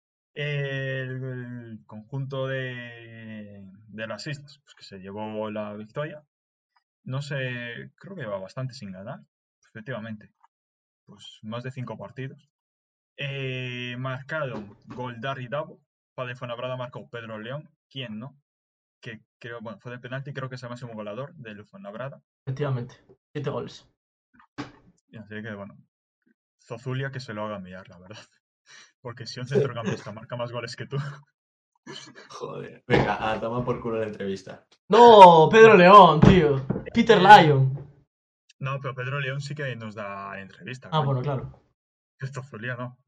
S1: El, el conjunto de, de las islas, pues que se llevó la victoria. No sé, creo que lleva bastante sin ganar, efectivamente. Pues más de cinco partidos. Eh, marcaron Goldar y Davo. Para de Fuenlabrada marcó Pedro León. ¿Quién no? Que creo, bueno, fue de penalti, creo que es el máximo goleador del Fuenlabrada.
S2: Efectivamente. Siete goles.
S1: Y así que, bueno, Zozulia que se lo haga mirar, la verdad. Porque si un centrocampista marca más goles que tú.
S4: Joder. Venga, a tomar por culo la entrevista.
S2: No, Pedro León, tío. Peter Lyon.
S1: No, pero Pedro León sí que nos da entrevista.
S2: Ah,
S1: coño.
S2: bueno, claro.
S1: Zozulia no.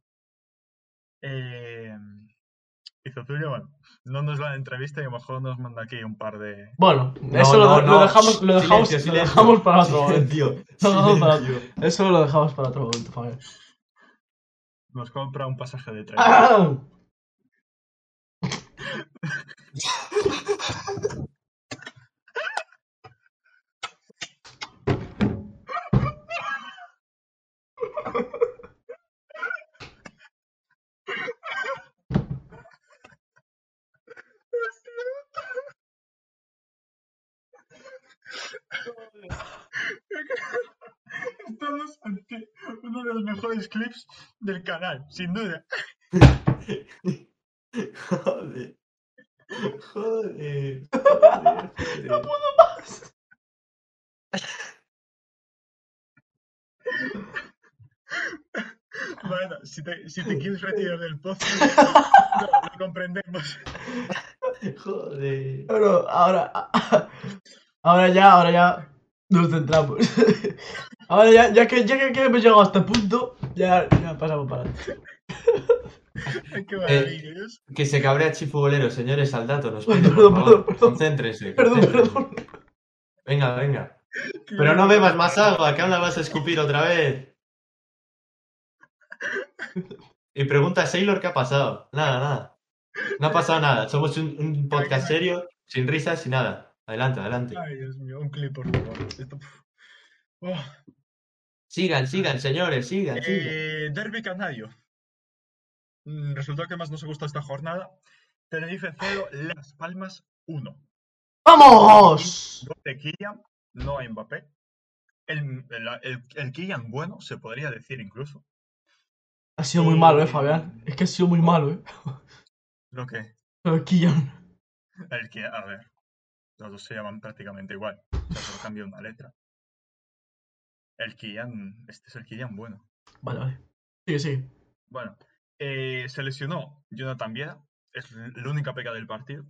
S1: Eh, y Zozulia, bueno, no nos da entrevista y a lo mejor nos manda aquí un par de.
S2: Bueno,
S4: No,
S2: eso lo,
S4: no,
S2: lo
S4: no.
S2: dejamos, lo dejamos,
S4: Silencio,
S2: lo
S4: silencio.
S2: dejamos para otro momento.
S4: Silencio.
S2: Lo dejamos para-
S4: Silencio.
S2: Eso lo dejamos para otro momento, Fabián.
S1: Nos compra un pasaje de tren.
S2: ¡Ah!
S1: Estamos ante uno de los mejores clips del canal, sin duda.
S4: Joder. Joder. Joder.
S2: No
S4: Joder.
S2: puedo más.
S1: Bueno, si te, si te quieres retirar del podcast, lo, lo comprendemos.
S4: Joder.
S2: Bueno, ahora. Ahora ya, ahora ya. Nos centramos. Ahora ya, ya que, ya que, que hemos llegado a este punto, ya, ya pasamos para adelante.
S1: Ay, qué maravilla. Dios.
S4: Que se cabrea Chifubolero, señores, al dato. Nos
S2: Perdón,
S4: pide, por
S2: perdón,
S4: favor.
S2: perdón, perdón.
S4: Concéntrense.
S2: Perdón,
S4: concéntrense.
S2: perdón.
S4: Venga, venga.
S1: Qué
S4: Pero no
S1: bien.
S4: bebas más agua, que ahora vas a escupir otra vez. Y pregunta a Sailor qué ha pasado. Nada, nada. No ha pasado nada. Somos un, un podcast serio, sin risas, sin nada. Adelante, adelante.
S1: Ay, Dios mío, un clip, por favor. Esto, pf. Oh.
S4: Sigan, sigan, señores, sigan, sigan.
S1: Eh, Derby Canario. Mm, Resultado que más nos gusta esta jornada. Tenerife cero, Las Palmas uno.
S2: ¡Vamos!
S1: Gol de Kylian, no a Mbappé. El, el, el, el Kylian bueno, se podría decir incluso.
S2: Ha sido muy malo, eh, Fabián. Es que ha sido muy malo, eh.
S1: Lo que.
S2: Pero Kian.
S1: El que, a ver. Los dos se llaman prácticamente igual. O sea, solo cambia una letra. El Kylian. Este es el Kylian bueno.
S2: Vale, vale. Sigue, sigue.
S1: Bueno. Eh, se lesionó Jonathan Viera. Es la única pega del partido.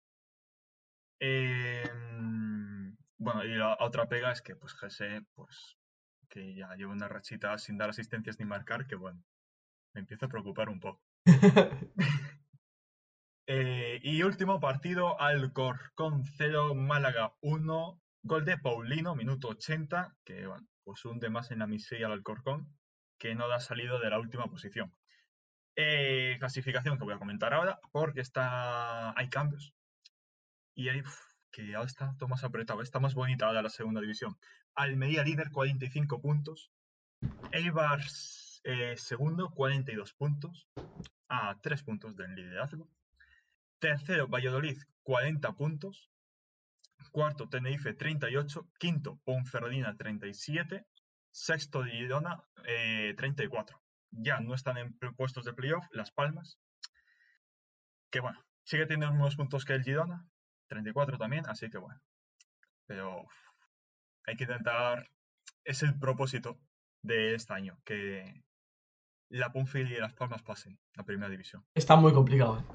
S1: Eh, bueno, y la otra pega es que, pues, Jesse, pues, que ya lleva una rachita sin dar asistencias ni marcar, que bueno, me empieza a preocupar un poco. Eh, y último partido, Alcorcón cero, Málaga uno. Gol de Paulino, minuto ochenta, que bueno, pues hunde más en la miseria al Alcorcón, que no da salido de la última posición. Eh, clasificación que voy a comentar ahora, porque está hay cambios. Y hay uf, que ahora está todo más apretado, está más bonita ahora la segunda división. Almería líder, cuarenta y cinco puntos. Eibar eh, segundo, cuarenta y dos puntos, a tres puntos del liderazgo. Tercero, Valladolid, cuarenta puntos. Cuarto, Tenerife, treinta y ocho. Quinto, Ponferradina, treinta y siete. Sexto, Girona, eh, treinta y cuatro. Ya no están en puestos de playoff, Las Palmas, que bueno, sigue teniendo los mismos puntos que el Girona, treinta y cuatro también, así que bueno. Pero uf, hay que intentar, es el propósito de este año, que la Ponfe y Las Palmas pasen a primera división.
S2: Está muy complicado. ¿eh?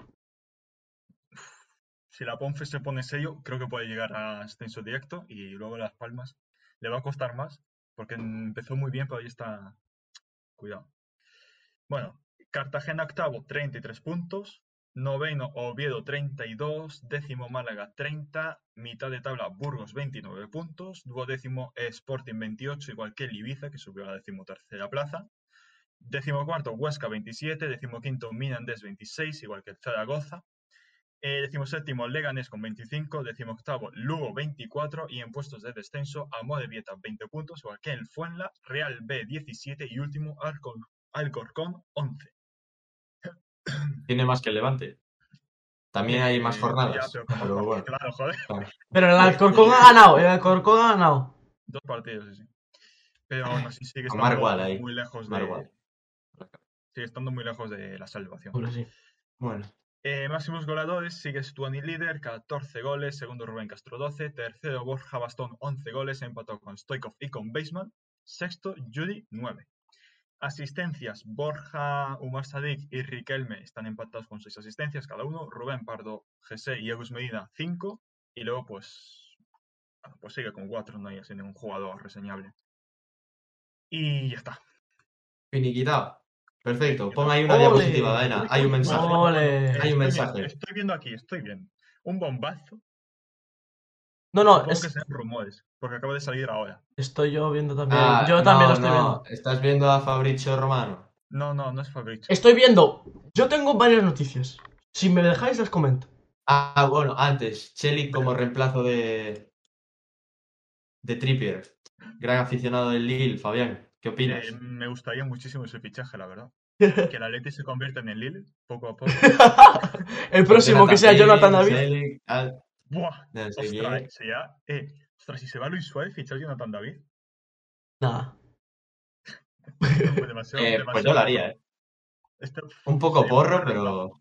S1: Si la Ponfe se pone serio, creo que puede llegar a ascenso directo y luego Las Palmas le va a costar más porque empezó muy bien, pero ahí está. Cuidado. Bueno, Cartagena octavo, treinta y tres puntos. Noveno, Oviedo, treinta y dos. Décimo, Málaga, treinta. Mitad de tabla, Burgos, veintinueve puntos. Duodécimo, Sporting, veintiocho, igual que el Ibiza, que subió a la decimotercera plaza. Décimo cuarto, Huesca, veintisiete. Décimo quinto, Mirandés, veintiséis, igual que el Zaragoza. Eh, decimoséptimo, Leganés con veinticinco. Decimoctavo, Lugo, veinticuatro. Y en puestos de descenso, Amorebieta, veinte puntos, igual que el Fuenla. Real B, diecisiete. Y último, Alcor Alcorcón, once.
S4: Tiene más que el Levante. También hay más
S1: Eh,
S4: jornadas.
S1: Ya, pero, ¿cómo?
S4: Pero bueno.
S1: Claro, joder.
S4: Claro.
S2: Pero el Alcorcón ha ganado, el Alcorcón ha ganado.
S1: Dos partidos, sí, sí. Pero aún así sigue
S4: Con Marc
S1: estando
S4: Wall ahí.
S1: muy lejos
S4: Marc
S1: de.
S4: Wall.
S1: Sigue estando muy lejos de la salvación.
S2: Hombre, sí.
S4: Bueno,
S1: Eh, máximos goleadores, sigue Stuani líder, catorce goles. Segundo, Rubén Castro, doce. Tercero, Borja Bastón, once goles. Empatado con Stoikov y con Baseman. Sexto, Judy, nueve. Asistencias, Borja, Umar Sadik y Riquelme están empatados con seis asistencias cada uno. Rubén Pardo, José y Agus Medina, cinco. Y luego, pues, pues sigue con cuatro, no hay así ningún jugador reseñable. Y ya está.
S4: finiquitado. Perfecto. Pon ahí una
S2: ¡Ole!
S4: diapositiva, Daena. Hay un mensaje.
S2: ¡Ole!
S4: Hay
S1: Estoy
S4: un
S1: viendo-
S4: mensaje.
S1: Estoy viendo aquí, estoy viendo. Un bombazo.
S2: No, no,
S1: Supongo que
S2: es-
S1: sean rumores, porque acaba de salir ahora.
S2: estoy yo viendo también.
S4: Ah,
S2: yo
S4: no,
S2: también lo estoy
S4: no.
S2: viendo.
S4: ¿Estás viendo a Fabrizio Romano?
S1: No, no, no es Fabricio.
S2: Estoy viendo. Yo tengo varias noticias. Si me dejáis, las comento.
S4: Ah, bueno, antes. Chelik como reemplazo de. de Trippier. Gran aficionado del Lille, Fabián. ¿Qué opinas?
S1: Eh, me gustaría muchísimo ese fichaje, la verdad. Que el Atleti se convierta en el Lille, poco a poco.
S2: El próximo que sea Jonathan David.
S4: Chelik, ah,
S1: Buah,
S4: no sé
S1: ostras,
S4: quién.
S1: sería, eh, ostras, si se va Luis Suárez, fichar Jonathan David.
S2: Nada.
S1: Pues demasiado,
S4: Eh,
S1: demasiado
S4: pues yo lo haría,
S1: porro.
S4: ¿eh?
S1: Este-
S4: Un poco
S1: sería
S4: porro,
S1: un buen reemplazo.
S4: pero.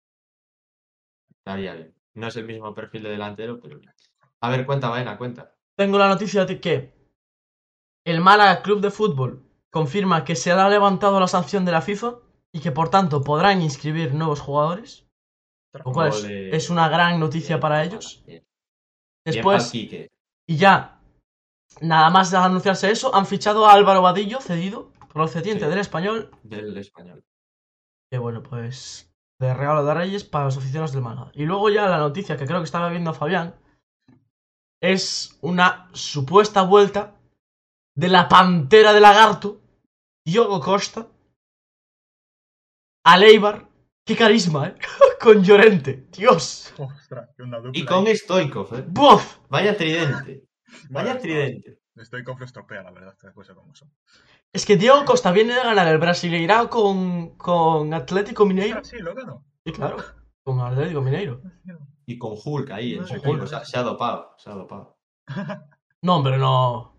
S4: Estaría bien. No es el mismo perfil de delantero, pero. A ver, cuenta, Baena, cuenta.
S2: Tengo la noticia de que el Málaga Club de Fútbol confirma que se le ha levantado la sanción de la FIFA y que por tanto podrán inscribir nuevos jugadores, lo cual es,
S4: Ole.
S2: es una gran noticia
S4: Bien,
S2: para
S4: bien,
S2: ellos.
S4: bien. Bien
S2: Después,
S4: pa'l Quique.
S2: y ya, nada más de anunciarse eso, han fichado a Álvaro Vadillo, cedido, procedente
S4: Sí.
S2: del Español,
S4: Del español.
S2: que bueno, pues de regalo de Reyes para los aficionados del Málaga. Y luego ya la noticia que creo que estaba viendo Fabián es una supuesta vuelta de la pantera de lagarto, Diogo Costa, al Eibar. ¡Qué carisma, eh! Con Llorente, Dios.
S1: Ostras, que una dupla.
S4: Y con
S1: ahí.
S4: Stoikov, ¿eh?
S2: ¡Buf!
S4: Vaya tridente.
S1: Bueno,
S4: Vaya tridente.
S1: Estoy con estropea, la verdad, las cosas como son.
S2: Es que Diogo Costa viene de ganar el Brasileirao con, con Atlético Mineiro.
S1: Ah, sí, lo ganó.
S2: Sí, claro, con Atlético Mineiro.
S4: Y con Hulk ahí en su
S1: Madre
S4: equipo.
S1: mía.
S4: O sea, se ha dopado. Se ha dopado.
S2: No, hombre, no.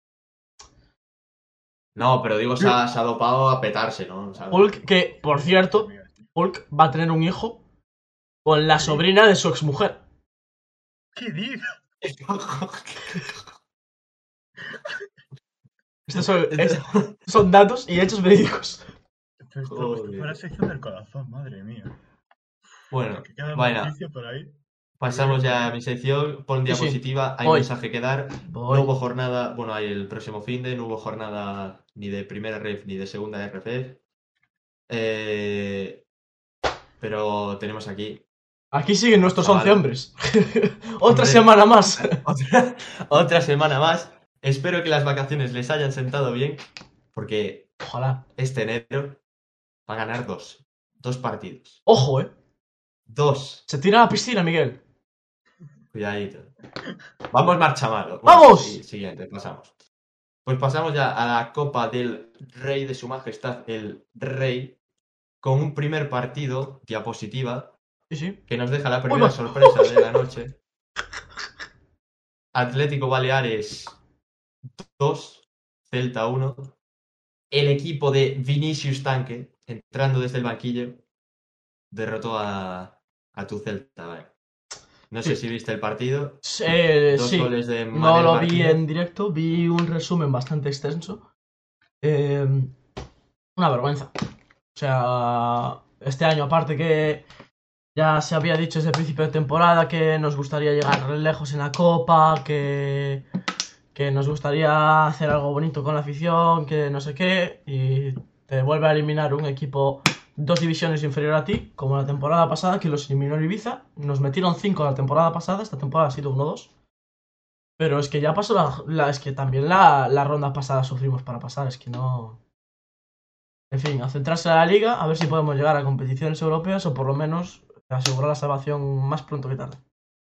S4: No, pero digo, se ha, se ha dopado a petarse, ¿no? O sea,
S2: Hulk, que, por cierto, Hulk va a tener un hijo con la sobrina de su exmujer.
S1: ¿Qué dices?
S2: Estos son, es- son datos y hechos verídicos.
S1: Esto, esto, esto
S4: Joder.
S1: fue la sección del corazón, madre mía.
S4: Bueno,
S1: Que queda
S4: Vaina,
S1: noticia por ahí.
S4: pasamos ya a mi sección. Pon
S2: Sí, sí.
S4: diapositiva. Hay
S2: Voy.
S4: mensaje que dar.
S2: Voy.
S4: No hubo jornada. Bueno, hay el próximo fin de. No hubo jornada ni de primera ref ni de segunda R F. Eh, pero tenemos aquí
S2: Aquí siguen nuestros
S4: Chaval.
S2: once hombres. Otra
S4: Hombre.
S2: semana más.
S4: Otra, otra semana más. Espero que las vacaciones les hayan sentado bien, porque
S2: Ojalá.
S4: este enero va a ganar dos. Dos partidos.
S2: Ojo, eh.
S4: Dos.
S2: Se tira a la piscina, Miguel.
S4: Cuidadito. Vamos marcha malo.
S2: ¡Vamos!
S4: Sí, siguiente, pasamos. Pues pasamos ya a la Copa del Rey de Su Majestad, el Rey, con un primer partido, diapositiva,
S2: Sí, sí.
S4: que nos deja la primera
S2: va.
S4: sorpresa de la noche. Atlético Baleares dos, Celta uno. El equipo de Vinicius Tanque, entrando desde el banquillo, derrotó a, a tu Celta. Vale. No sé
S2: Sí.
S4: si viste el partido.
S2: Eh,
S4: Dos
S2: sí.
S4: goles de
S2: No
S4: Manel
S2: lo vi
S4: Martínez.
S2: en directo, vi un resumen bastante extenso. Eh, una vergüenza. O sea, este año, aparte que ya se había dicho desde el principio de temporada que nos gustaría llegar lejos en la Copa, que, que nos gustaría hacer algo bonito con la afición, que no sé qué, y te vuelve a eliminar un equipo dos divisiones inferior a ti, como la temporada pasada, que los eliminó el Ibiza. Nos metieron cinco la temporada pasada, esta temporada ha sido uno dos. Pero es que ya pasó la, la- es que también la, la ronda pasada sufrimos para pasar, es que no... En fin, a centrarse en la liga, a ver si podemos llegar a competiciones europeas o por lo menos asegurar la salvación más pronto que tarde.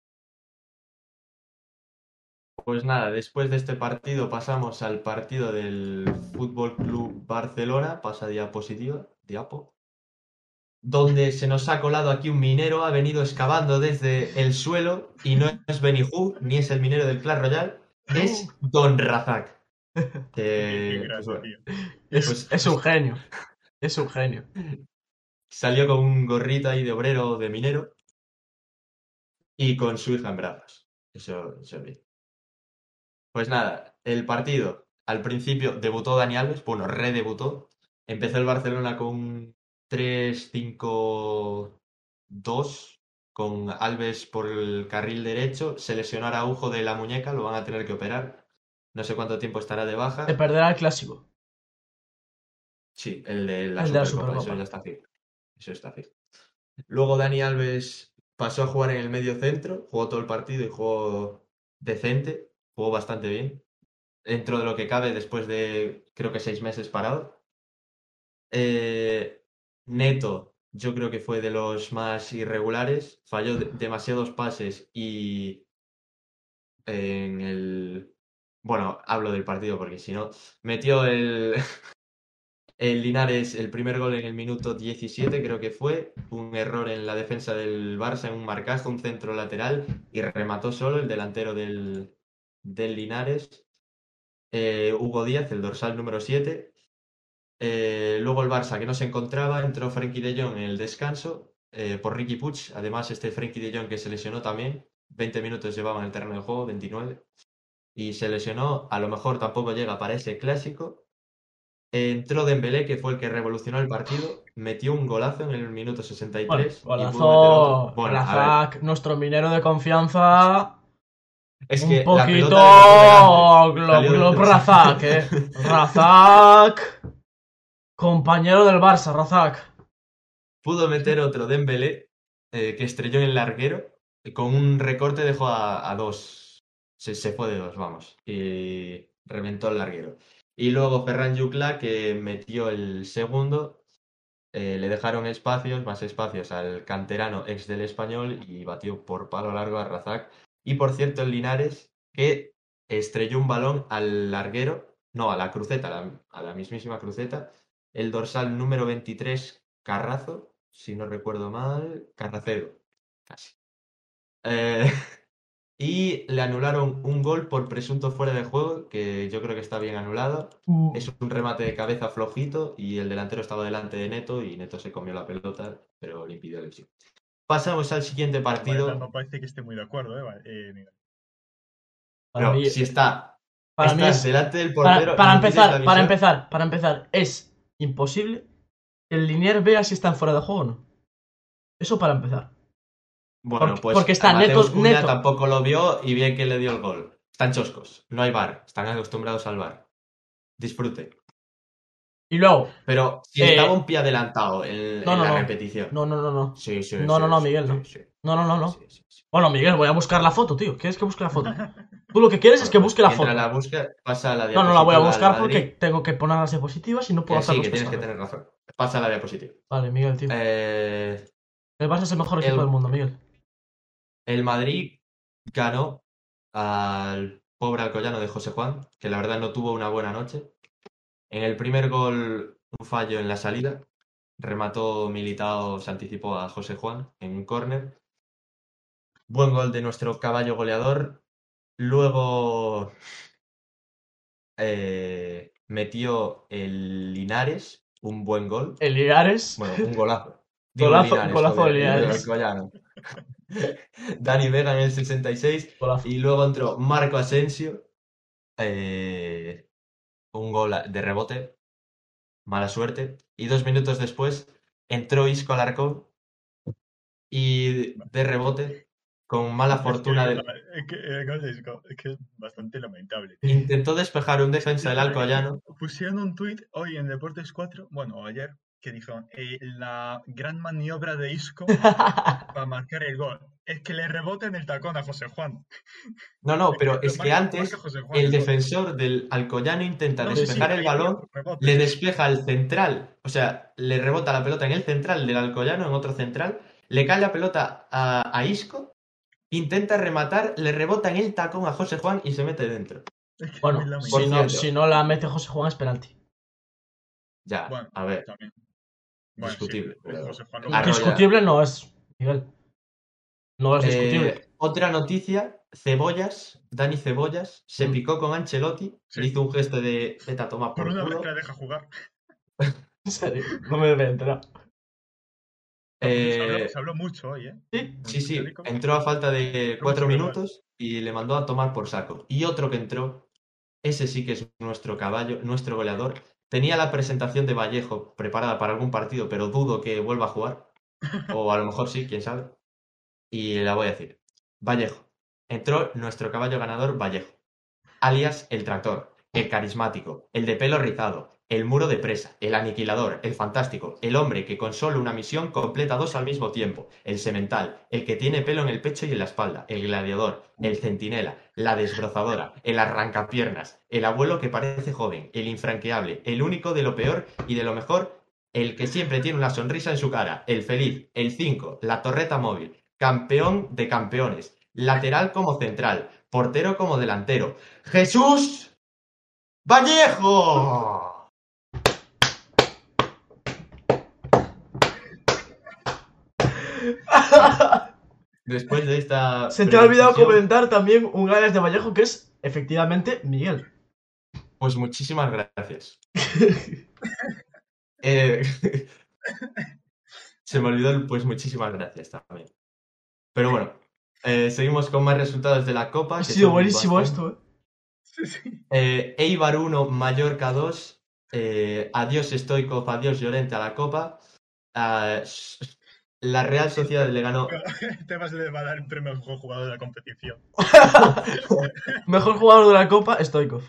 S4: Pues nada, después de este partido pasamos al partido del Fútbol Club Barcelona, pasa diapositiva, diapo, donde se nos ha colado aquí un minero, ha venido excavando desde el suelo y no es Benijú, ni es el minero del Clash Royale, es Don Razak.
S1: Qué
S4: Que, pues
S1: grande,
S4: bueno,
S1: tío.
S2: Es,
S4: pues-
S2: es un genio. Es un genio.
S4: salió con un gorrito ahí de obrero de minero y con su hija en brazos. Eso, eso bien. Pues nada, el partido. Al principio debutó Dani Alves, bueno, redebutó. Empezó el Barcelona con tres cinco dos, con Alves por el carril derecho. Se lesionó Araujo de la muñeca, lo van a tener que operar. No sé cuánto tiempo estará de
S2: Te
S4: baja.
S2: perderá el clásico.
S4: Sí, el de la
S2: El de la
S4: Supercopa, eso
S2: Supercopa.
S4: ya está fijo. Eso está fijo. Luego Dani Alves pasó a jugar en el medio centro, jugó todo el partido y jugó decente, jugó bastante bien. Dentro de lo que cabe después de creo que seis meses parado. Eh, Neto, yo creo que fue de los más irregulares, falló de- demasiados pases y en el... Bueno, hablo del partido porque si no, metió el, el Linares el primer gol en el minuto diecisiete, creo que fue, un error en la defensa del Barça en un marcaje, un centro lateral y remató solo el delantero del, del Linares. Eh, Hugo Díaz, el dorsal número siete. Eh, luego el Barça, que no se encontraba, entró Frenkie de Jong en el descanso eh, por Riqui Puig. Además, este Frenkie de Jong que se lesionó también. veinte minutos llevaba en el terreno de juego, veintinueve. Y se lesionó, a lo mejor tampoco llega para ese clásico. Eh, entró Dembélé, que fue el que revolucionó el partido. Metió un golazo en el minuto sesenta y
S2: Bueno,
S4: tres y pudo meter otro.
S2: golazo.
S4: Bueno, a ver,
S2: Razak, nuestro minero de confianza.
S4: es
S2: Un
S4: que la
S2: poquito.
S4: pelota le tocó delante.
S2: Glob,
S4: Salió
S2: glob,
S4: desde-
S2: Razak, eh. Razak. Compañero del Barça, Razak.
S4: Pudo meter otro Dembélé eh, que estrelló en el larguero. Y con un recorte dejó a, a dos. Se, se fue de dos, vamos. Y reventó el larguero. Y luego Ferran Yucla que metió el segundo. Eh, le dejaron espacios, más espacios al canterano ex del Español y batió por palo largo a Razak. Y por cierto, el Linares que estrelló un balón al larguero, no, a la cruceta, a la, a la mismísima cruceta. El dorsal número veintitrés, Carrazo, si no recuerdo mal, Carracedo, casi. Eh, y le anularon un gol por presunto fuera de juego, que yo creo que está bien anulado.
S2: Uh,
S4: Es un remate de cabeza flojito y el delantero estaba delante de Neto y Neto se comió la pelota, pero le impidió el sí. Pasamos al siguiente
S1: Varela
S4: partido.
S1: no parece que esté muy de acuerdo, ¿eh? Va- eh, Miguel.
S2: para
S4: Pero
S2: mí,
S4: si está,
S2: para mí
S4: estás
S2: es.
S4: delante del
S2: Para,
S4: portero.
S2: para
S4: y impides
S2: empezar,
S4: la
S2: para
S4: visión,
S2: empezar, para empezar, es imposible que el Liniers vea si están fuera de juego o no. Eso para empezar.
S4: Bueno,
S2: Porque,
S4: pues
S2: porque está
S4: Mateus
S2: neto,
S4: Cunha
S2: neto.
S4: tampoco lo vio y bien que le dio el gol. Están choscos, no hay V A R, están acostumbrados al V A R. Disfrute.
S2: Y luego.
S4: Pero si
S2: Eh,
S4: estaba un pie adelantado en,
S2: No,
S4: en
S2: no,
S4: la
S2: no.
S4: repetición.
S2: No, no, no, no.
S4: Sí, sí,
S2: No,
S4: sí,
S2: no, no,
S4: sí,
S2: Miguel,
S4: sí,
S2: no.
S4: sí.
S2: No, no, no, no.
S4: Sí, sí, sí.
S2: Bueno, Miguel, voy a buscar la foto, tío. ¿Quieres que busque la foto? Tú lo que quieres es que
S4: Bueno,
S2: busque la
S4: mientras
S2: foto.
S4: la busca, pasa la
S2: No,
S4: diapositiva
S2: no la voy a
S4: del
S2: buscar porque
S4: Madrid.
S2: tengo que poner las diapositivas y no puedo
S4: Que sí,
S2: hacerlo
S4: que tienes que
S2: pesado.
S4: tener razón. Pasa la diapositiva.
S2: Vale, Miguel, tío.
S4: Eh,
S2: El Barça es el mejor equipo
S4: el,
S2: del mundo, Miguel.
S4: el Madrid ganó al pobre Alcoyano de José Juan, que la verdad no tuvo una buena noche. En el primer gol, un fallo en la salida. Remató Militao, se anticipó a José Juan en un córner. Buen gol de nuestro caballo goleador. Luego eh, metió el Linares un buen gol.
S2: El Linares.
S4: Bueno, un golazo. Digo
S2: Golazo,
S4: Linares,
S2: golazo de
S4: joder, el
S2: Linares.
S4: Alcoyano. Dani Vega en el sesenta y seis.
S2: Golazo.
S4: Y luego entró Marco Asensio. eh, un gol de rebote. Mala suerte. Y dos minutos después entró Isco Alarcón. Y de rebote, con mala
S1: Es que,
S4: fortuna, del-
S1: es que, el gol de Isco es que es bastante lamentable.
S4: intentó despejar un defensa del Alcoyano.
S1: Pusieron un tuit hoy en Deportes cuatro, bueno, ayer, que dijeron eh, la gran maniobra de Isco para marcar el gol. Es que le rebota en el tacón a José Juan.
S4: No, no,
S1: Es
S4: pero
S1: que lo
S4: es que
S1: marca-
S4: antes
S1: marca José Juan
S4: el
S1: el gol.
S4: defensor del Alcoyano intenta
S1: No, sí, sí,
S4: despejar el
S1: ahí,
S4: balón,
S1: rebote,
S4: le
S1: sí, sí.
S4: despeja al central, o sea, le rebota la pelota en el central del Alcoyano, en otro central, le cae la pelota a, a Isco, intenta rematar, le rebota en el tacón a José Juan y se mete dentro.
S1: Es que es muy
S2: Bueno,
S1: lamentable.
S4: Por
S2: si no,
S4: cierto.
S2: si no la mete José Juan es penalti.
S4: Ya,
S1: Bueno,
S4: a ver,
S1: también. Bueno,
S4: discutible.
S1: sí,
S4: pero
S1: José Juan lo
S4: arrolla.
S2: Discutible no es, Miguel. No es discutible.
S4: Eh, otra noticia, Cebollas, Dani Cebollas, se
S2: Mm.
S4: picó con Ancelotti,
S1: Sí.
S4: le hizo un gesto de vete a tomar
S1: Por
S4: por
S1: una vez
S4: culo.
S1: que la deja jugar.
S2: En serio, no me he enterado.
S1: Se habló,
S4: Eh,
S1: se habló mucho hoy, ¿eh?
S2: Sí,
S1: En
S4: Sí, sí,
S1: periódicos.
S4: entró a falta de cuatro
S1: sobre el gol.
S4: minutos y le mandó a tomar por saco. Y otro que entró, ese sí que es nuestro caballo, nuestro goleador. Tenía la presentación de Vallejo preparada para algún partido, pero dudo que vuelva a jugar. O a lo mejor sí, quién sabe. Y la voy a decir. Vallejo. Entró nuestro caballo ganador Vallejo, alias el tractor, el carismático, el de pelo rizado, el muro de presa, el aniquilador, el fantástico, el hombre que con solo una misión completa dos al mismo tiempo, el semental, el que tiene pelo en el pecho y en la espalda, el gladiador, el centinela, la desbrozadora, el arrancapiernas, el abuelo que parece joven, el infranqueable, el único de lo peor y de lo mejor, el que siempre tiene una sonrisa en su cara, el feliz, el cinco, la torreta móvil, campeón de campeones, lateral como central, portero como delantero, Jesús Vallejo. Después de esta...
S2: se te ha olvidado
S4: presentación,
S2: comentar también un alias de Vallejo que es efectivamente Miguel.
S4: Pues muchísimas gracias. Eh, se me olvidó el pues muchísimas gracias también. Pero bueno, eh, seguimos con más resultados de la Copa.
S2: Ha
S4: que
S2: sido
S4: son
S2: buenísimo
S4: bastante.
S2: esto, ¿eh?
S1: Sí, sí.
S4: Eh, Eibar uno, Mallorca dos. Eh, adiós Stoikov, adiós Llorente a la Copa. Ah, la Real Sociedad le ganó.
S1: Tebas le va a dar el premio al mejor jugador de la competición.
S2: Mejor jugador de la Copa, Stoikov.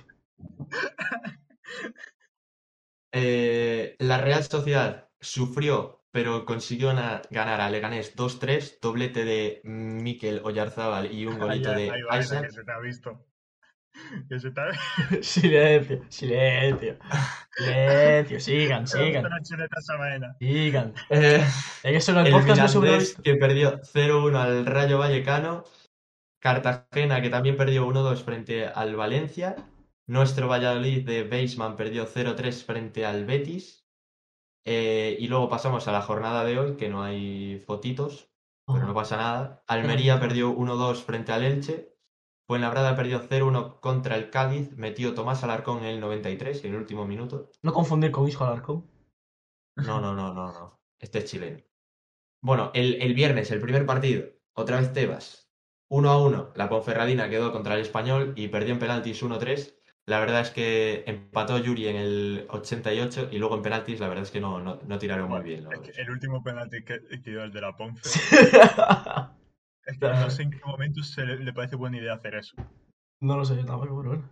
S4: Eh, la Real Sociedad sufrió, pero consiguió na- ganar a Leganés dos tres, doblete de Mikel Oyarzábal y un golito
S1: Ahí,
S4: de
S1: ahí va, esa que
S4: Isaac.
S1: se te ha visto. Que se te ha...
S2: Silencio, silencio. Silencio, sigan, sigan.
S1: Una chuleta esa vaina.
S2: Sigan.
S4: Eh,
S2: Es que eso en el
S4: el
S2: podcast no se hubiera
S4: Mirandés
S2: visto.
S4: que perdió cero uno al Rayo Vallecano. Cartagena que también perdió uno dos frente al Valencia. Nuestro Valladolid de Baseman perdió cero tres frente al Betis. Eh, y luego pasamos a la jornada de hoy, que no hay fotitos, pero no pasa nada. Almería perdió uno dos frente al Elche. Fuenlabrada perdió cero uno contra el Cádiz. Metió Tomás Alarcón en el noventa y tres, en el último minuto.
S2: No confundir con Isco Alarcón.
S4: No, no, no, no, no. Este es chileno. Bueno, el, el viernes, el primer partido, otra vez Tebas. uno a uno. La Ponferradina quedó contra el Español y perdió en penaltis uno tres. La verdad es que empató Yuri en el ochenta y ocho y luego en penaltis la verdad es que no, no, no tiraron muy bien.
S1: Es
S4: Los...
S1: que el último penalti que, que dio el de la Ponce.
S2: Sí.
S1: Es que no sé en qué momento se le, le parece buena idea hacer eso.
S2: No lo sé yo tampoco, pero bueno.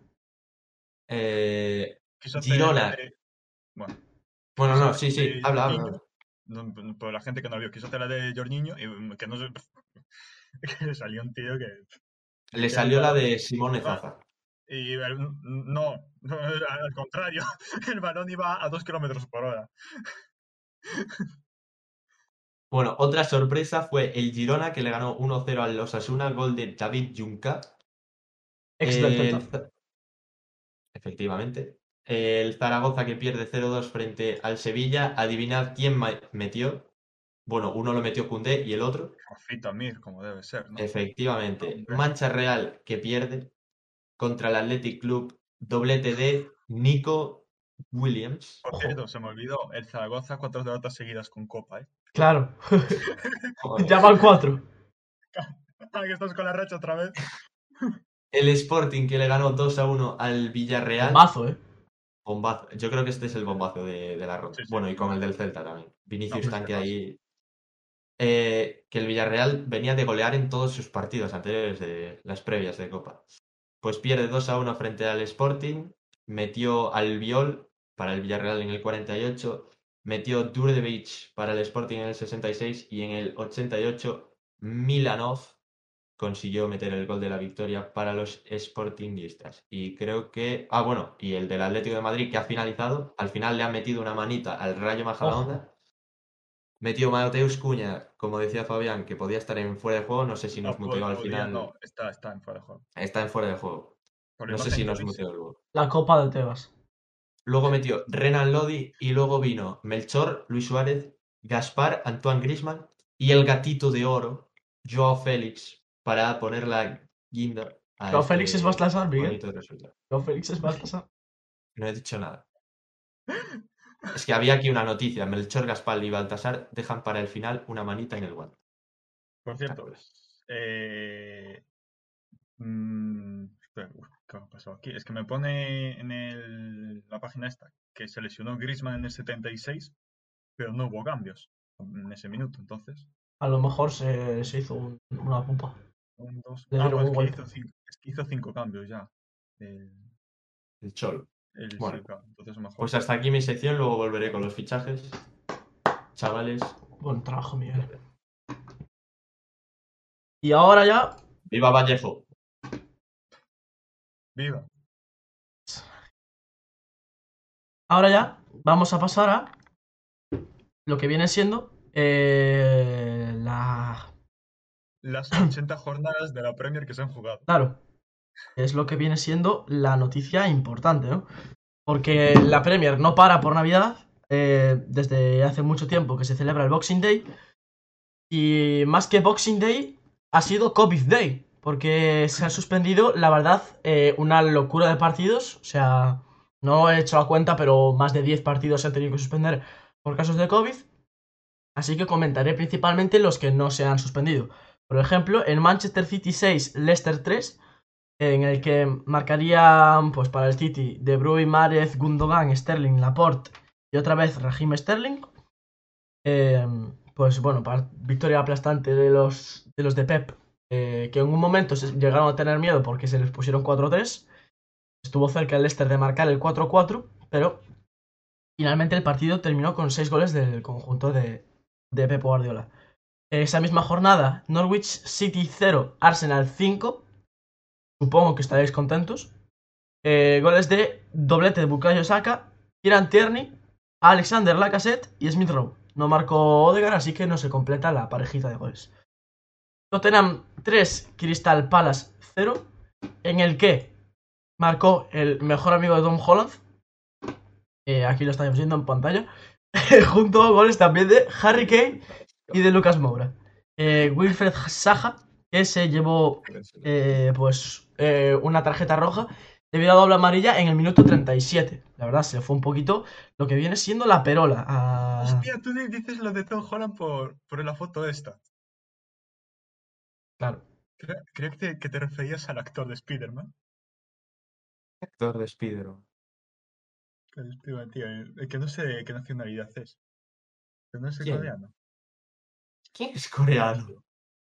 S4: Eh,
S1: Quiso hacer,
S4: Girona.
S1: eh, bueno,
S4: Bueno,
S1: quiso
S4: no,
S1: hacer
S4: sí, sí,
S1: de
S4: habla, habla.
S1: Jorginho,
S4: habla.
S1: no, por la gente que no vio, quiso hacer la de Jorginho y que no se... que le salió un tío que...
S4: Le
S1: que
S4: salió
S1: el
S4: la
S1: balón-
S4: de Simone
S1: Ah,
S4: Zaza.
S1: Y el- no, no, al contrario, el balón iba a dos kilómetros por hora.
S4: Bueno, otra sorpresa fue el Girona, que le ganó uno cero al Osasuna, gol de David Junca.
S2: Ex del
S4: El
S2: Celta.
S4: Z- Efectivamente. El Zaragoza, que pierde cero dos frente al Sevilla. Adivinad quién ma- metió. Bueno, uno lo metió Koundé y el otro.
S1: Rafita Mir, como debe ser, ¿no?
S4: Efectivamente.
S1: Hombre.
S4: Mancha Real, que pierde contra el Athletic Club. Doblete de Nico Williams.
S1: Por
S2: Ojo.
S1: cierto, se me olvidó, el Zaragoza cuatro derrotas seguidas con Copa, ¿eh?
S2: Claro.
S4: Joder.
S2: Ya van cuatro.
S1: Ah, que estás con la racha otra vez.
S4: El Sporting, que le ganó dos a uno al Villarreal.
S2: Bombazo, ¿eh?
S4: Bombazo. Yo creo que este es el bombazo de, de la ronda.
S1: Sí, sí,
S4: Bueno, y
S1: sí.
S4: con el del Celta también. Vinicius
S1: No,
S4: Tanque
S1: pues,
S4: ahí. Eh, que el Villarreal venía de golear en todos sus partidos anteriores de las previas de Copa. Pues pierde dos a uno frente al Sporting. Metió al Viol para el Villarreal en el cuarenta y ocho. Metió Durdevich para el Sporting en el sesenta y seis. Y en el ochenta y ocho, Milanov consiguió meter el gol de la victoria para los sportinguistas. Y creo que... Ah, bueno, y el del Atlético de Madrid que ha finalizado. Al final le han metido una manita al Rayo Majadahonda. Metió Mateus Cuña, como decía Fabián, que podía estar en fuera de juego. No sé si nos
S1: no,
S4: muteó al
S1: podía,
S4: final.
S1: no, está, está en fuera de juego.
S4: Está en fuera de juego.
S1: Por la
S4: No sé
S1: imagen
S4: si
S1: que
S4: nos
S1: vi, sí.
S4: muteó luego.
S2: La Copa de Tebas.
S4: Luego metió Renan Lodi y luego vino Melchor, Luis Suárez, Gaspar, Antoine Griezmann y el gatito de oro, Joao Félix, para poner la guinda a
S2: Joao
S4: este
S2: Félix es Baltasar, Miguel.
S4: bonito resultado.
S2: Joao Félix es Baltasar.
S4: No he dicho nada. Es que había aquí una noticia. Melchor, Gaspar y Baltasar dejan para el final una manita en el guante.
S1: Por cierto, eh, mm, espera, uf, ¿qué ha pasado aquí? Es que me pone en el- la página esta que se lesionó Griezmann en el setenta y seis, pero no hubo cambios en ese minuto, entonces.
S2: A lo mejor se, se hizo un- una pupa.
S1: Un, dos...
S2: Le
S1: Ah,
S2: dieron
S1: pues
S2: un
S1: es que
S2: golpe.
S1: hizo cinco, es que hizo cinco cambios ya. El,
S4: El Cholo.
S1: el-
S4: Bueno,
S1: sí, claro, entonces mejor.
S4: pues hasta aquí mi sección. Luego volveré con los fichajes. Chavales.
S2: Buen trabajo, Miguel. Y ahora ya,
S4: ¡Viva Vallejo!
S1: ¡Viva!
S2: ahora ya vamos a pasar a lo que viene siendo eh, la...
S1: Las ochenta jornadas de la Premier que se han jugado.
S2: Claro, es lo que viene siendo la noticia importante, ¿no? Porque la Premier no para por Navidad, eh, desde hace mucho tiempo que se celebra el Boxing Day, y más que Boxing Day, ha sido COVID Day, porque se han suspendido, la verdad, eh, una locura de partidos, o sea, no he hecho la cuenta, pero más de diez partidos se han tenido que suspender por casos de COVID, así que comentaré principalmente los que no se han suspendido. Por ejemplo, el Manchester City seis, Leicester tres, en el que marcarían, pues para el City, De Bruyne, Mahrez, Gundogan, Sterling, Laporte y otra vez Raheem Sterling. Eh, pues bueno, para victoria aplastante de los de, los de Pep, eh, que en un momento se llegaron a tener miedo porque se les pusieron cuatro tres. Estuvo cerca el Leicester de marcar el cuatro cuatro, pero finalmente el partido terminó con seis goles del conjunto de, de Pep Guardiola. Esa misma jornada, Norwich City cero, Arsenal cinco. Supongo que estaréis contentos. Eh, goles de doblete de Bukayo Saka, Kieran Tierney, Alexander Lacazette y Smith Rowe. No marcó Odegaard, así que no se completa la parejita de goles. Tottenham tres, Crystal Palace cero, en el que marcó el mejor amigo de Tom Holland. Eh, aquí lo estáis viendo en pantalla. Junto a goles también de Harry Kane y de Lucas Moura. Eh, Wilfred Zaha, que se llevó eh, pues eh, una tarjeta roja debido a doble amarilla en el minuto treinta y siete. La verdad, se fue un poquito lo que viene siendo la perola. A...
S1: Hostia, tú dices lo de Tom Holland por, por la foto esta.
S2: Claro.
S1: Creo, creo que, te, que te referías al actor de Spider-Man.
S4: Actor de Spider-Man.
S1: El, tío, tío, el que no sé de qué nacionalidad es. Que no es
S4: ¿Quién?
S1: coreano.
S4: ¿Quién es coreano?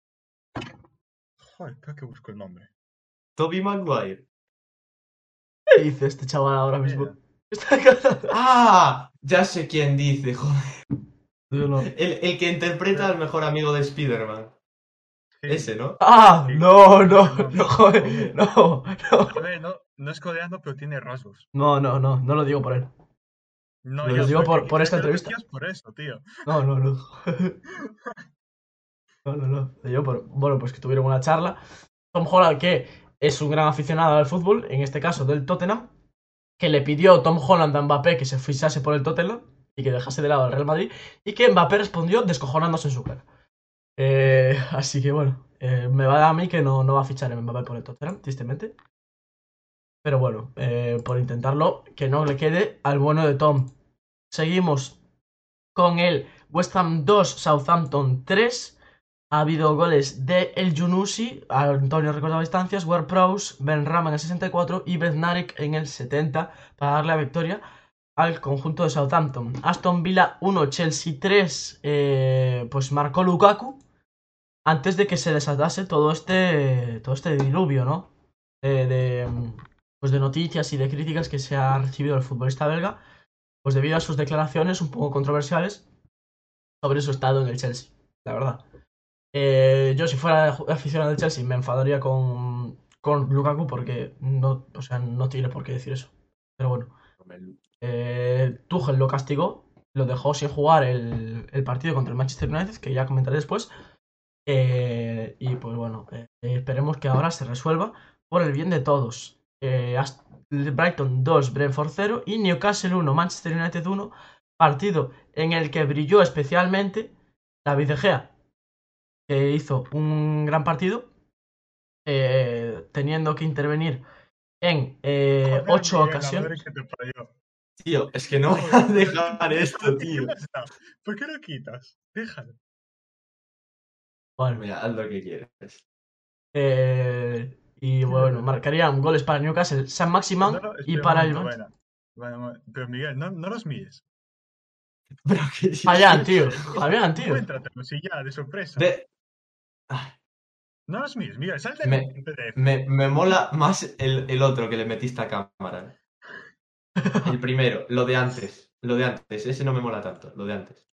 S1: Joder, espera que busco el nombre.
S4: Tobey Maguire.
S2: ¿Qué dice este chaval ahora mismo?
S1: Mira.
S2: Está cagado.
S4: ¡Ah! Ya sé quién dice, joder.
S2: Yo no.
S4: El, el que interpreta al mejor amigo de Spider-Man.
S1: Sí.
S4: Ese, ¿no?
S2: ¡Ah!
S1: Sí.
S2: No, no,
S1: No,
S2: no, joder,
S1: hombre.
S2: no, no.
S1: A ver, no, no es coreano, pero tiene rasgos.
S2: No, no, no, no lo digo por él.
S1: No,
S4: Lo
S1: ya,
S2: digo
S1: pero
S2: por-
S1: que-
S2: por
S1: creo
S2: esta
S1: que lo
S2: entrevista.
S1: decías por eso, tío.
S2: No, no, no. No, no, no. Lo digo por... Bueno, pues que tuvieron una charla. Tom Holland, que es un gran aficionado al fútbol, en este caso del Tottenham, que le pidió Tom Holland a Mbappé que se fichase por el Tottenham y que dejase de lado al Real Madrid, y que Mbappé respondió descojonándose en su cara. Eh, así que bueno, eh, me va a dar a mí que no, no va a fichar en Mbappé por el Tottenham, tristemente. Pero bueno, eh, por intentarlo, que no le quede al bueno de Tom. Seguimos con el West Ham dos, Southampton tres. Ha habido goles de El Yunusi, Antonio recordaba distancias, Ward Prowse, Ben Rama en el sesenta y cuatro y Bednarek en el setenta para darle la victoria al conjunto de Southampton. Aston Villa uno, Chelsea tres, eh, pues marcó Lukaku antes de que se desatase todo este, todo este diluvio, ¿no? Eh, de, pues de noticias y de críticas que se ha recibido el futbolista belga, pues debido a sus declaraciones un poco controversiales sobre su estado en el Chelsea, la verdad. Eh, yo si fuera aficionado del Chelsea me enfadaría con, con Lukaku porque no, o sea, no tiene por qué decir eso. Pero bueno, eh, Tuchel lo castigó, lo dejó sin jugar el, el partido contra el Manchester United, que ya comentaré después. Eh, y pues bueno, eh, esperemos que ahora se resuelva por el bien de todos. Eh, Brighton dos, Brentford cero y Newcastle uno, Manchester United uno. Partido en el que brilló especialmente David De Gea, que hizo un gran partido, eh, teniendo que intervenir en eh,
S1: Joder,
S2: ocho
S1: Miguel, la madre
S2: ocasiones.
S1: que te parió.
S4: Tío, es que no voy a
S1: Joder,
S4: dejar esto,
S1: ¿qué
S4: tío.
S1: más da? ¿Por qué lo quitas? Déjalo.
S2: Bueno,
S4: Mira, haz lo que quieres.
S2: eh, y bueno, marcarían goles para Newcastle, San Maximan
S1: No, no,
S2: y
S1: espera un
S2: para el
S1: momento,
S2: Manchester.
S1: bueno. Bueno, pero Miguel, no, no los mires.
S4: Pero que
S2: Fabián, tío, Fabián, tío.
S1: Encuéntratelos y ya, de sorpresa.
S4: De- Ay,
S1: No los mires, Miguel, sal del
S4: me,
S1: P D F.
S4: me, me mola más el, el otro que le metiste a cámara. El primero, lo de antes. Lo de antes, ese no me mola tanto, lo de antes.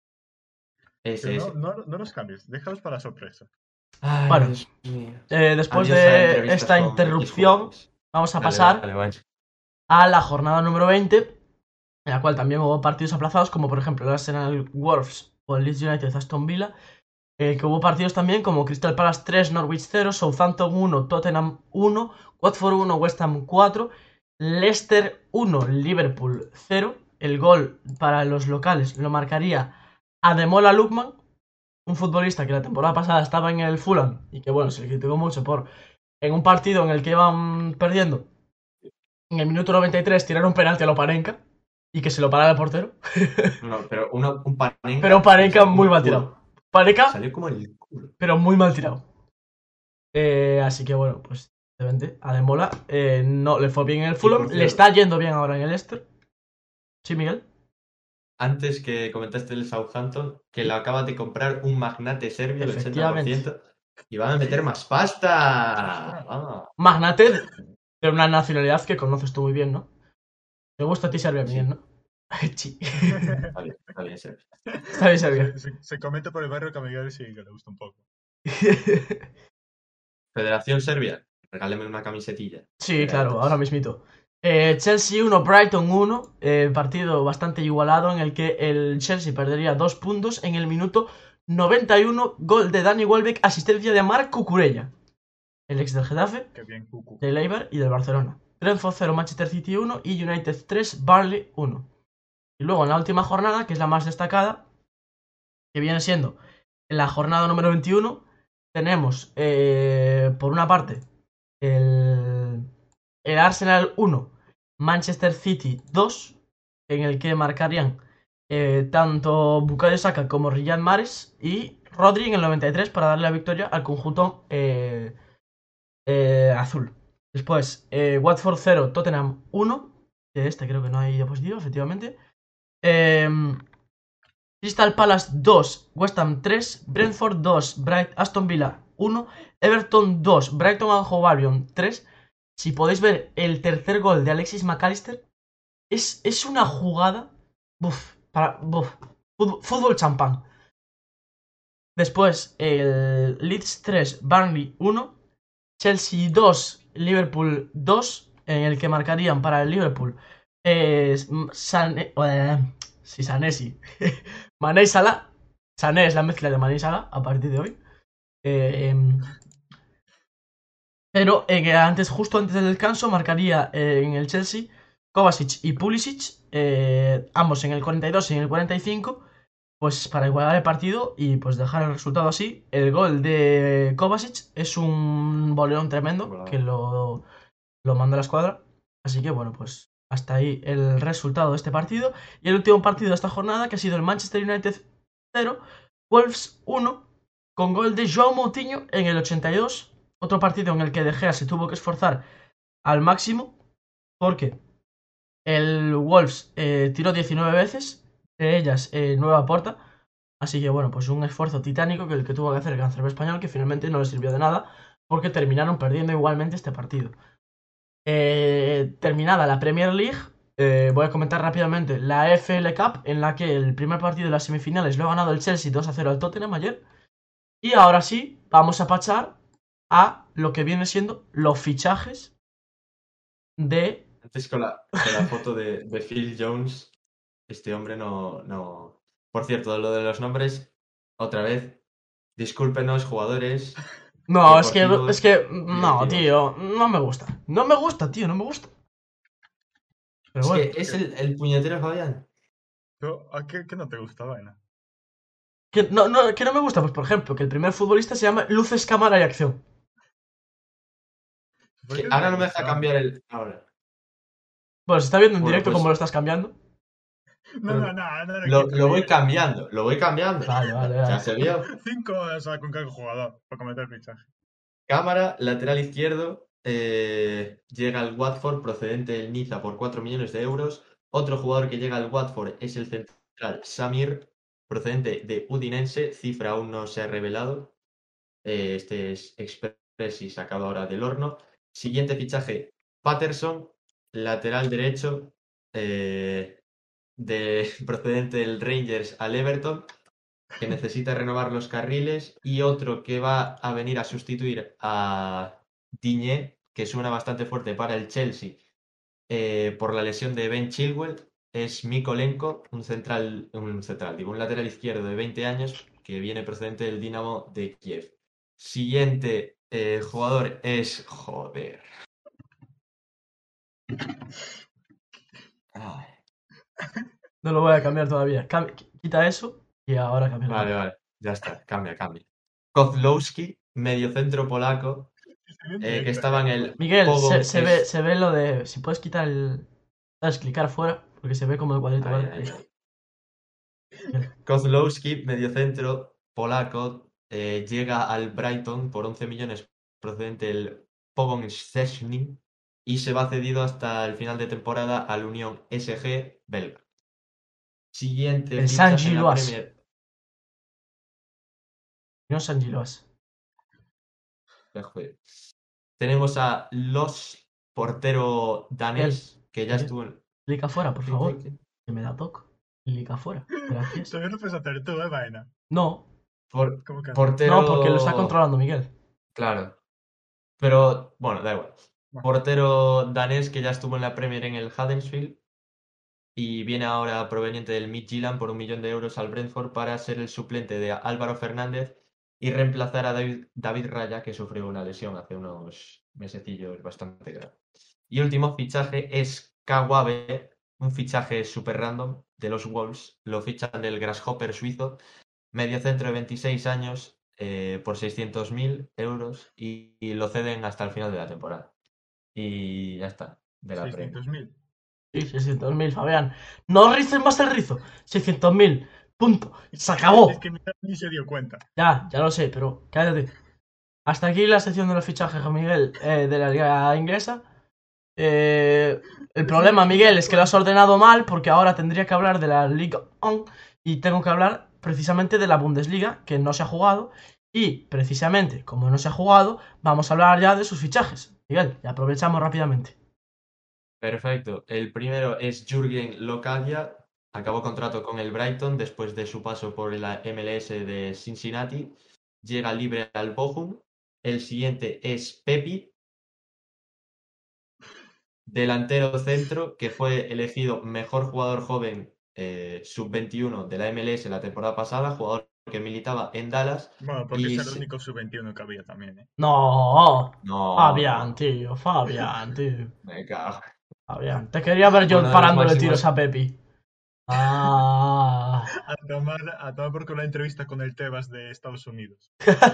S4: Ese,
S1: Pero
S4: ese.
S1: no, no, no los cambies, déjalos para sorpresa.
S4: Ay,
S2: Bueno,
S4: Dios mío.
S2: eh, después
S4: Adiós a
S2: de
S4: entrevistas
S2: esta
S4: con
S2: interrupción,
S4: exjugadores.
S2: vamos a
S4: Dale,
S2: pasar
S4: dale, vaya.
S2: a la jornada número veinte, en la cual también hubo partidos aplazados, como por ejemplo el Arsenal Wolves o el Leeds United Aston Villa, eh, que hubo partidos también como Crystal Palace tres, Norwich cero, Southampton uno, Tottenham uno, Watford uno, West Ham cuatro, Leicester uno, Liverpool cero. El gol para los locales lo marcaría Ademola Lookman, un futbolista que la temporada pasada estaba en el Fulham y que bueno, se le criticó mucho por en un partido en el que iban perdiendo, en el minuto noventa y tres tirar un penalti a Loparenka y que se lo parara el portero.
S4: No, pero uno, un Panenka.
S2: Pero Panenka
S4: salió como
S2: muy
S4: el
S2: mal
S4: culo.
S2: tirado. Panenka,
S4: Salió como el culo.
S2: pero muy mal tirado. Eh, así que bueno, pues evidentemente a Demola eh, no le fue bien en el Fulham,
S4: por
S2: le
S4: cierto-
S2: está yendo bien ahora en el Leicester. Sí, Miguel.
S4: Antes que comentaste el Southampton, que lo acaba de comprar un magnate serbio del ochenta por
S2: Efectivamente.
S4: ciento y van a meter más pasta. Ah,
S2: Magnate de una nacionalidad que conoces tú muy bien, ¿no? Te gusta a ti Serbia,
S4: Sí.
S2: Miguel, ¿no? Sí.
S4: está bien, está bien, Serbia.
S2: Está bien Serbia.
S1: Se, se, se comenta por el barrio que a Miguel sí que le gusta un poco.
S4: Federación Serbia, regáleme una camisetilla.
S2: Sí,
S4: Mira,
S2: claro,
S4: entonces.
S2: ahora mismito. Eh, Chelsea uno, Brighton uno, eh, partido bastante igualado en el que el Chelsea perdería dos puntos en el minuto noventa y uno, gol de Dani Welbeck, asistencia de Marc Cucurella, el ex del Getafe,
S1: Qué bien, Cucu.
S2: del Eibar y del Barcelona. Brentford cero, Manchester City uno y United tres, Burnley uno. Y luego en la última jornada, que es la más destacada, que viene siendo la jornada número veintiuno, tenemos eh, por una parte el, el Arsenal uno, Manchester City dos, en el que marcarían eh, tanto Bukayo Saka como Riyad Mahrez y Rodri en el noventa y tres para darle la victoria al conjunto eh, eh, azul. Después, eh, Watford cero, Tottenham uno, de este creo que no hay diapositiva, efectivamente. Eh, Crystal Palace dos, West Ham tres, Brentford dos, Bright Aston Villa uno, Everton dos, Brighton and Hove Albion tres. Si podéis ver el tercer gol de Alexis McAllister, es, es una jugada buf, para, buf, Fútbol, fútbol champán. Después, el Leeds tres, Burnley uno, Chelsea dos, Liverpool dos, en el que marcarían para el Liverpool es San, eh, sí, Sané, sí. Mané y Salah. Sané es la mezcla de Mané y Salah a partir de hoy. Eh, em, pero eh, antes, justo antes del descanso, marcaría eh, en el Chelsea Kovacic y Pulisic, eh, ambos en el cuarenta y dos y en el cuarenta y cinco, pues para igualar el partido y pues dejar el resultado así. El gol de Kovacic es un boleón tremendo
S4: Volado.
S2: que lo, lo manda a la escuadra. Así que bueno, pues hasta ahí el resultado de este partido. Y el último partido de esta jornada, que ha sido el Manchester United cero, Wolves uno, con gol de João Moutinho en el ochenta y dos. Otro partido en el que De Gea se tuvo que esforzar al máximo, porque el Wolves eh, tiró diecinueve veces, de ellas eh, nueve a puerta. Así que bueno, pues un esfuerzo titánico que el que tuvo que hacer el Cancerbero español, que finalmente no le sirvió de nada, porque terminaron perdiendo igualmente este partido. Eh, terminada la Premier League, eh, voy a comentar rápidamente la F L Cup, en la que el primer partido de las semifinales lo ha ganado el Chelsea dos a cero al Tottenham ayer. Y ahora sí, vamos a pasar a lo que viene siendo los fichajes de...
S4: Antes con la, con la foto de, de Phil Jones, este hombre no, no... Por cierto, lo de los nombres, otra vez, discúlpenos, jugadores.
S2: No, es que,
S4: deportivos,
S2: es que, no,
S4: directivos.
S2: tío, no me gusta. No me gusta, tío, no me gusta. Pero
S4: Es
S2: bueno,
S4: que es el, el puñetero Fabián.
S1: Pero, ¿a qué, qué no te gusta, vaina?
S2: que no, no, que no me gusta, pues por ejemplo, que el primer futbolista se llama Luces, Cámara y Acción.
S4: Es
S1: ¿Por
S4: que
S1: qué
S4: ahora
S1: te
S4: no me deja
S1: gusta?
S4: cambiar el... Ahora.
S2: Bueno, se está viendo en
S4: Bueno,
S2: directo
S4: pues-
S2: cómo lo estás cambiando.
S1: No, no, no, no
S4: Lo,
S1: quito
S4: lo voy
S1: ni-
S4: cambiando, lo voy cambiando.
S2: Vale, vale,
S4: Ya
S2: vale.
S4: se vio.
S1: Cinco horas a con cada jugador para cometer fichaje.
S4: Cámara, lateral izquierdo, eh, llega al Watford procedente del Niza por cuatro millones de euros. Otro jugador que llega al Watford es el central Samir, procedente de Udinense, cifra aún no se ha revelado. Eh, este es express y sacado ahora del horno. Siguiente fichaje, Patterson, lateral derecho, eh, de, procedente del Rangers al Everton, que necesita renovar los carriles, y otro que va a venir a sustituir a Digne, que suena bastante fuerte para el Chelsea, eh, por la lesión de Ben Chilwell, es Mikolenko, un central, un central, digo, un lateral izquierdo de veinte años que viene procedente del Dinamo de Kiev. Siguiente eh, jugador es... Joder. Ay,
S2: No lo voy a cambiar todavía. Cam- quita eso y ahora cambia.
S4: vale, vale, ya está, cambia, cambia. Kozlowski, mediocentro polaco, eh, que estaba en el
S2: Miguel,
S4: Pogon
S2: se, se ve,
S4: es-
S2: se ve lo de... Si puedes quitar el... ¿Sabes? Clicar fuera, porque se ve como el cuadrito,
S4: Ay,
S2: ¿vale?
S4: ay,
S2: Ahí.
S4: ay.
S2: Miguel.
S4: Kozlowski, mediocentro polaco, eh, llega al Brighton por once millones procedente del Pogon Szczecin y se va cedido hasta el final de temporada al Unión S G belga. Siguiente
S2: El
S4: fichaje
S2: San
S4: en la
S2: Giloas.
S4: Premier.
S2: No San Giloas.
S4: Ya, joder. Tenemos a Los, portero danés, que ya
S2: Miguel.
S4: estuvo en...
S2: Clica fuera, por favor.
S4: ¿Qué?
S2: Que me da toque. Clica fuera. Gracias.
S1: Todavía lo puedes hacer tú, ¿eh, vaina?
S2: No,
S4: Por-
S1: ¿Cómo que no?
S4: portero...
S2: no, porque lo está controlando Miguel.
S4: Claro. Pero, bueno, da igual.
S1: Bueno.
S4: Portero danés que ya estuvo en la Premier en el Huddersfield y viene ahora proveniente del Midtjylland por un millón de euros al Brentford para ser el suplente de Álvaro Fernández y reemplazar a David, David Raya, que sufrió una lesión hace unos mesecillos bastante grave. Y último fichaje es Kawabe, un fichaje super random de los Wolves. Lo fichan del Grasshopper suizo, mediocentro de veintiséis años, eh, por seiscientos mil euros y, y lo ceden hasta el final de la temporada. Y ya está, de la Premier.
S1: seiscientos mil.
S2: Sí, seiscientos mil, Fabián. No rices más el rizo. seiscientos mil. Punto. Se acabó.
S1: Es que Miguel ni se dio cuenta.
S2: Ya, ya lo sé, pero cállate. Hasta aquí la sección de los fichajes, Miguel, eh, de la liga inglesa. Eh, el problema, Miguel, es que lo has ordenado mal porque ahora tendría que hablar de la Liga On y tengo que hablar precisamente de la Bundesliga, que no se ha jugado. Y precisamente, como no se ha jugado, vamos a hablar ya de sus fichajes. Miguel, y aprovechamos rápidamente.
S4: Perfecto. El primero es Jürgen Locadia, acabó contrato con el Brighton después de su paso por la M L S de Cincinnati. Llega libre al Bochum. El siguiente es Pepi, delantero centro, que fue elegido mejor jugador joven eh, sub veintiuno de la M L S la temporada pasada, jugador que militaba en Dallas.
S1: Bueno, porque
S4: Y
S1: es el
S4: se-
S1: único sub veintiuno que había también, ¿eh?
S2: No,
S4: No,
S2: Fabián,
S4: no,
S2: tío, Fabián, tío.
S4: me cago.
S2: Fabián, te quería ver yo
S4: Uno de los
S2: parándole
S4: máximos.
S2: tiros a Pepi. Ah.
S1: A tomar, a tomar por culo la entrevista con el Tebas de Estados Unidos.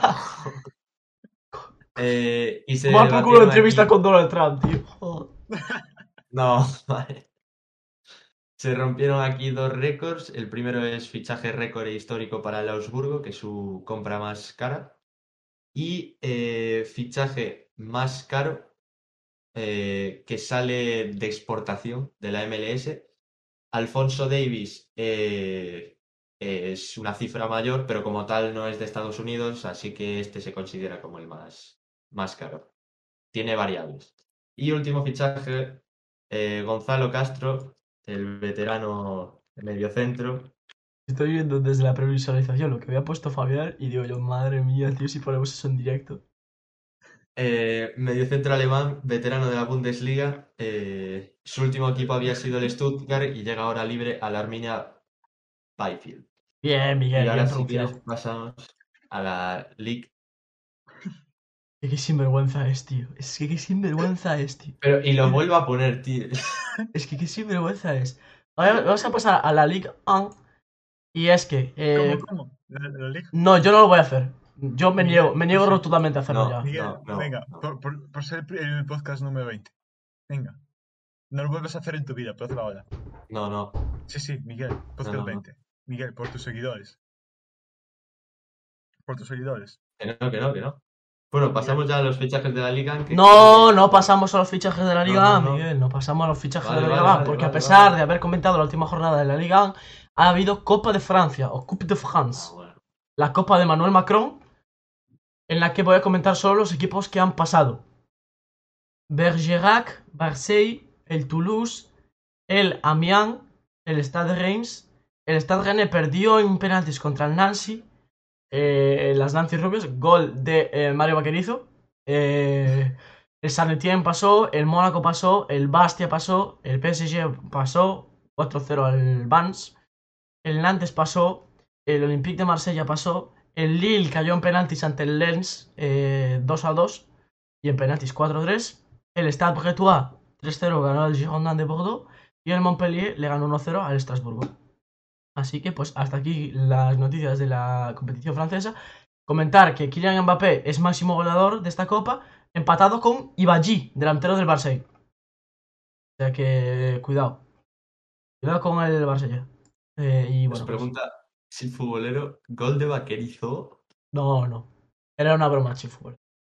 S4: Eh, y se
S2: Tomar por culo
S4: debatieron
S2: entrevista
S4: aquí-
S2: con Donald Trump, tío. Joder.
S4: No, vale. Se rompieron aquí dos récords. El primero es fichaje récord e histórico para el Augsburgo, que es su compra más cara. Y eh, fichaje más caro eh, que sale de exportación de la M L S. Alfonso Davis eh, es una cifra mayor, pero como tal no es de Estados Unidos, así que este se considera como el más, más caro. Tiene variables. Y último fichaje, eh, Gonzalo Castro, el veterano mediocentro.
S2: Estoy viendo desde la previsualización lo que había puesto Fabián y digo yo, madre mía, tío, si ponemos eso en directo.
S4: Eh, mediocentro alemán, veterano de la Bundesliga. Eh, su último equipo había sido el Stuttgart y llega ahora libre al Arminia Bielefeld.
S2: Bien,
S4: Y
S2: Miguel,
S4: ahora,
S2: bien
S4: si quieres,
S2: pronunciado.
S4: pasamos a la Ligue.
S2: Es que qué sinvergüenza es, tío. Es que qué sinvergüenza es, tío.
S4: Pero, y lo vuelvo a poner, tío.
S2: Es que qué sinvergüenza es. Ahora vamos a pasar a la Ligue uno. Y es que... eh,
S1: ¿Cómo, cómo? ¿La, la Liga?
S2: no, yo no lo voy a hacer. Yo me
S1: Miguel,
S2: niego, me niego
S1: no sé.
S2: rotundamente a hacerlo
S4: No.
S2: ya.
S1: Miguel,
S4: No, no,
S1: venga,
S4: no.
S1: Por, por- por ser el podcast número veinte. Venga. No lo vuelves a hacer en tu vida, pero hazlo ahora.
S4: No, no.
S1: Sí, sí, Miguel, podcast
S4: No, no, no.
S1: veinte. Miguel, por tus seguidores. Por tus seguidores.
S4: Que no, que no, que no. Bueno, pasamos ya a los fichajes de la Liga. que-
S2: No, no pasamos a los fichajes de la Liga
S4: No,
S2: A,
S4: no, no.
S2: Miguel. No pasamos a los fichajes
S4: Vale,
S2: de la Liga
S4: vale,
S2: A.
S4: vale,
S2: Porque a
S4: vale,
S2: pesar
S4: vale.
S2: de haber comentado la última jornada de la Liga A, ha habido Copa de Francia o Coupe de
S4: Ah,
S2: France.
S4: bueno.
S2: La Copa de Manuel Macron, en la que voy a comentar solo los equipos que han pasado. Bergerac, Marseille, el Toulouse, el Amiens, el Stade Reims. El Stade Rennes perdió en penaltis contra el Nancy. Eh, las Nancy Rubios, gol de eh, Mario Vaquerizo. Eh, el Saint-Étienne pasó, el Mónaco pasó, el Bastia pasó, el P S G pasó, cuatro cero al Vans. El Nantes pasó, el Olympique de Marsella pasó, el Lille cayó en penaltis ante el Lens eh, dos a dos y en penaltis cuatro tres. El Stade Bretois tres cero ganó al Girondin de Bordeaux y el Montpellier le ganó uno cero al Estrasburgo. Así que pues hasta aquí las noticias de la competición francesa. Comentar que Kylian Mbappé es máximo goleador de esta copa, empatado con Ibaji, delantero del Barça. O sea que cuidado. Cuidado con el Barça. Eh, y
S4: Nos
S2: bueno, pues,
S4: pregunta si el futbolero gol de Vaquerizo.
S2: no, no. Era una broma, chifú.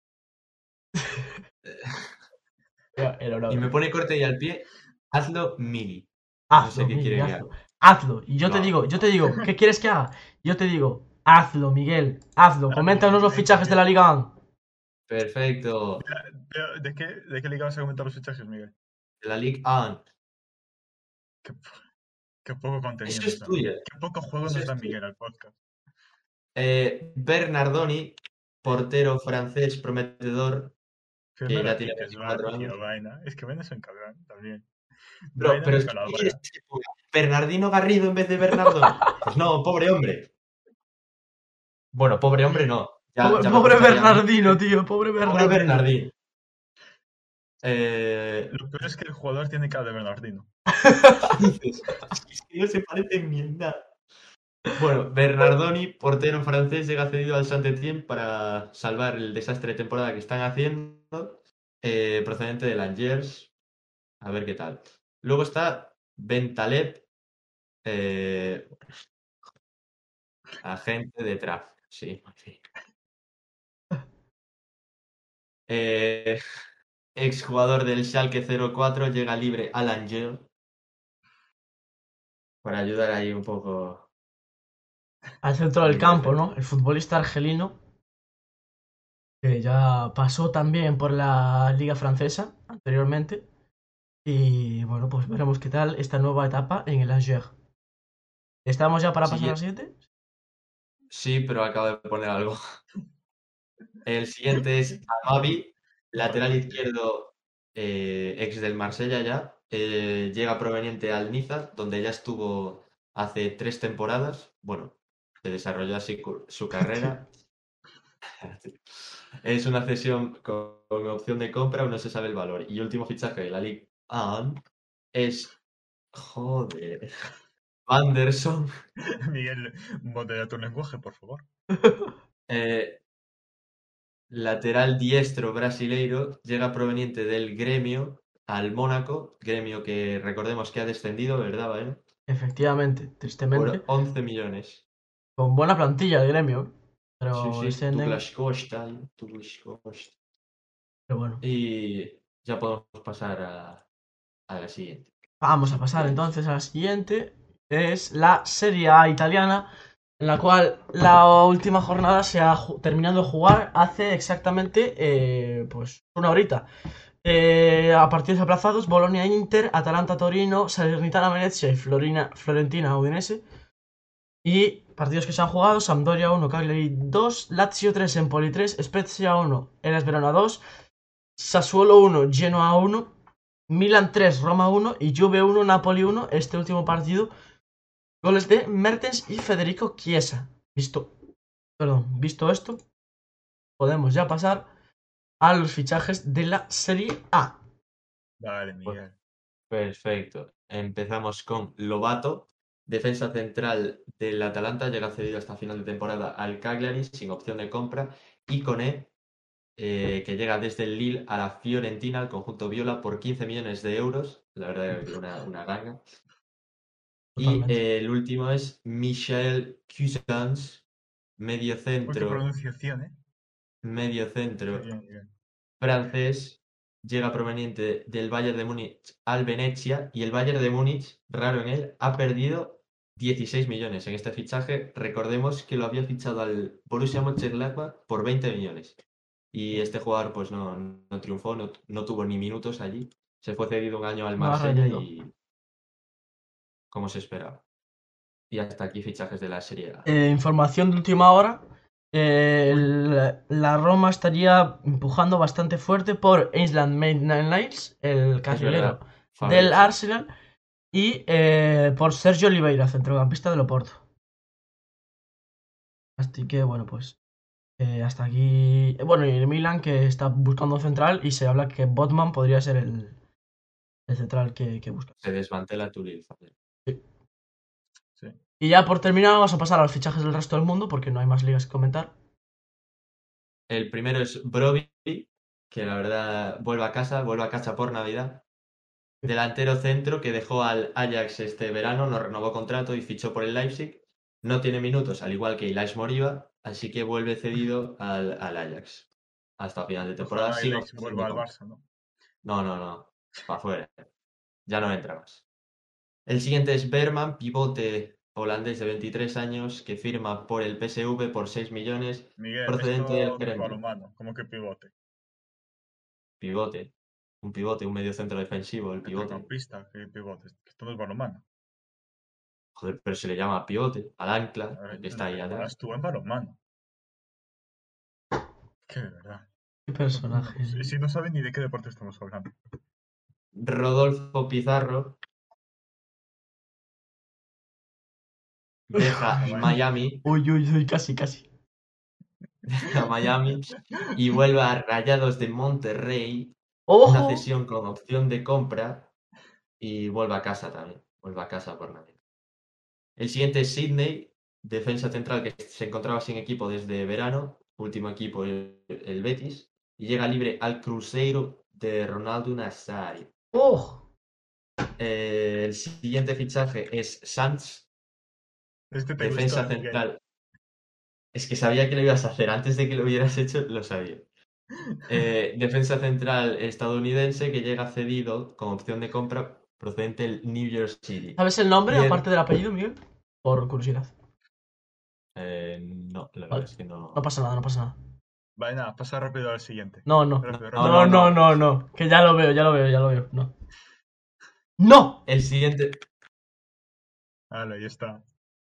S2: Era, era una
S4: Y me
S2: broma.
S4: pone corte y al pie. Hazlo mini.
S2: Hazlo,
S4: no sé qué
S2: Miguel,
S4: quiere que
S2: hazlo. Hazlo. Y yo te
S4: No.
S2: digo, yo te digo, ¿qué quieres que haga? Yo te digo, hazlo, Miguel, hazlo. Coméntanos los fichajes de la Liga uno.
S4: Perfecto.
S1: Pero, ¿De qué, ¿De qué liga vas a comentar los fichajes, Miguel?
S4: De la Ligue uno.
S1: Qué, qué poco contenido
S4: Eso
S1: nos
S4: es
S1: da.
S4: tuyo.
S1: Qué poco juego
S4: Eso
S1: nos
S4: es
S1: da
S4: tuyo.
S1: Miguel al podcast.
S4: Eh, Bernardoni, portero francés prometedor.
S1: Pero
S4: Que
S1: no
S4: ya
S1: la
S4: tiene
S1: piques,
S4: veinticuatro
S1: va, tío,
S4: años.
S1: vaina. Es que Vaina es un cabrón también.
S4: Pero,
S1: Vaina
S4: pero
S1: me
S4: es que, ¿qué
S1: colabora.
S4: quieres que ponga? ¿Bernardino Garrido en vez de Bernardoni? Pues no, pobre hombre. Bueno, pobre hombre no. Ya-
S2: Pobre,
S4: ya me
S2: pobre
S4: costaría
S2: Bernardino, tío, pobre
S4: Pobre
S2: Bernardino.
S4: Bernardino. Eh,
S1: Lo peor es que el jugador tiene cara de Bernardino.
S4: dices, es que no se parecen ni en nada. Bueno, Bernardoni, portero francés, llega cedido al Saint-Étienne para salvar el desastre de temporada que están haciendo, eh, procedente del Angers. A ver qué tal. Luego está Bentaleb, eh, agente de tráfico. Sí, sí. Eh, exjugador del Schalke cero cuatro, llega libre al Angers para ayudar ahí un poco.
S2: Al centro del campo, ¿no? El futbolista argelino, que ya pasó también por la Liga Francesa anteriormente. Y bueno, pues veremos qué tal esta nueva etapa en el Angers. ¿Estamos ya para pasar
S4: Sigue-
S2: al siguiente?
S4: Sí, pero acabo de poner algo. El siguiente es Amavi, lateral
S1: Madre mía.
S4: izquierdo, eh, ex del Marsella ya. Eh, llega proveniente al Niza, donde ya estuvo hace tres temporadas. Bueno, se desarrolló así cu- su carrera. Es una cesión con, con opción de compra, aún no se sabe el valor. Y último fichaje de la Ligue uno es. Joder. Anderson.
S1: Miguel, modera tu lenguaje, por favor.
S4: eh, lateral diestro brasileiro, llega proveniente del Gremio al Mónaco, Gremio que recordemos que ha descendido, ¿verdad, Baena?
S2: Efectivamente, tristemente.
S4: Por once millones.
S2: Con buena plantilla de gremio.
S4: Sí,
S2: Pero
S4: sí,
S2: descienden.
S4: Douglas Costa, Douglas Costa.
S2: Pero bueno.
S4: Y ya podemos pasar a, a la siguiente.
S2: Vamos a
S4: Si
S2: pasar
S4: queréis.
S2: entonces a la siguiente. Es la Serie A italiana. En la cual la última jornada se ha ju- terminado de jugar hace exactamente eh, pues una horita. Eh, a partidos aplazados, Bolonia Inter, Atalanta Torino, Salernitana Venezia y Florina, Florentina Udinese. Y partidos que se han jugado, Sampdoria uno, Cagliari dos, Lazio tres, Empoli tres, Spezia uno, Hellas Verona dos, Sassuolo uno, Genoa uno, Milan tres, Roma uno y Juve uno, Napoli uno. Este último partido, goles de Mertens y Federico Chiesa. Visto, perdón, visto esto, podemos ya pasar a los fichajes de la Serie A.
S1: Vale, Miguel.
S4: Perfecto. Empezamos con Lobato, defensa central del Atalanta, llega cedido hasta final de temporada al Cagliari sin opción de compra. Y Koné, eh, que llega desde el Lille a la Fiorentina, al conjunto Viola, por quince millones de euros. La verdad que una, una ganga. Y
S2: Totalmente.
S4: eh, el último es Michel Cuisance, medio
S1: Uy, qué
S4: centro,
S1: pronunciación, ¿eh?
S4: medio
S1: Qué
S4: centro
S1: bien, Miguel.
S4: francés, llega proveniente del Bayern de Múnich al Venezia y el Bayern de Múnich, raro en él, ha perdido dieciséis millones en este fichaje. Recordemos que lo había fichado al Borussia Mönchengladbach por veinte millones. Y este jugador pues no, no triunfó, no, no tuvo ni minutos allí. Se fue cedido un año al
S2: No ha
S4: Marsella
S2: rendido.
S4: y como se esperaba. Y hasta aquí fichajes de la Serie A.
S2: Eh, información de última hora. eh,
S1: Uy.
S2: el- la Roma estaría empujando bastante fuerte por Island Maitland-Niles, el
S4: Es
S2: carrilero
S4: verdad,
S2: del
S4: Fabrizio.
S2: Arsenal, y eh, por Sergio Oliveira, centrocampista del Oporto. Así que bueno, pues eh, hasta aquí. eh, Bueno, y el Milan que está buscando un central y se habla que Botman podría ser el, el central que, que busca.
S4: Se desmantela tu Lille, Fabrizio.
S1: Sí.
S2: Y ya por terminar, vamos a pasar a los fichajes del resto del mundo porque no hay más ligas que comentar.
S4: El primero es Broby, que la verdad vuelve a casa, vuelve a casa por Navidad. Delantero centro que dejó al Ajax este verano, no renovó contrato y fichó por el Leipzig. No tiene minutos, al igual que Ilaix Moriba, así que vuelve cedido al, al Ajax hasta final de temporada
S1: Ojalá
S4: sin
S1: Lex
S4: opción de
S1: vuelva al
S4: compra.
S1: Barça, ¿no?
S4: No, no, no, para afuera. Ya no entra más. El siguiente es Berman, pivote holandés de veintitrés años que firma por el P S V por seis millones,
S1: Miguel,
S4: procedente del
S1: esto no es
S4: Gremio.
S1: balonmano, como que pivote.
S4: Pivote, un pivote, un medio centro defensivo, el pivote.
S1: Centrocampista, que pivote. Esto no es balonmano.
S4: Joder, pero se le llama pivote, al
S1: A
S4: ancla,
S1: ver,
S4: que está
S1: lo
S4: ahí atrás.
S1: llamarás tú en balonmano. Que de verdad.
S2: Qué
S1: No-
S2: personaje.
S1: no- si, si no saben ni de qué deporte estamos hablando.
S4: Rodolfo Pizarro deja
S1: Ah, bueno.
S4: Miami,
S2: Uy, uy, uy, casi, casi.
S4: deja Miami y vuelve a Rayados de Monterrey, una
S2: ¡Ojo!
S4: cesión con opción de compra y vuelve a casa también, vuelve a casa por Navidad. El siguiente es Sydney, defensa central que se encontraba sin equipo desde verano, último equipo el, el Betis, y llega libre al Cruzeiro de Ronaldo Nazario.
S2: ¡Oh!
S4: Eh, el siguiente fichaje es Sanz,
S1: Este te
S4: defensa
S1: gustó, Miguel.
S4: central. Es que sabía que lo ibas a hacer. Antes de que lo hubieras hecho, lo sabía. Eh, defensa central estadounidense que llega cedido con opción de compra procedente del New York City.
S2: ¿Sabes el nombre,
S4: Bien.
S2: aparte del apellido, Miguel? Por curiosidad.
S4: Eh, no, la
S2: Vale.
S4: verdad es que no.
S2: No pasa nada, no pasa nada.
S1: Vale, nada, pasa rápido al siguiente.
S2: No, no.
S1: Rápido,
S4: No,
S1: rápido.
S2: No, no, no, no. Que ya lo veo, ya lo veo, ya lo veo. No. ¡No!
S4: El siguiente,
S1: Vale, ahí está.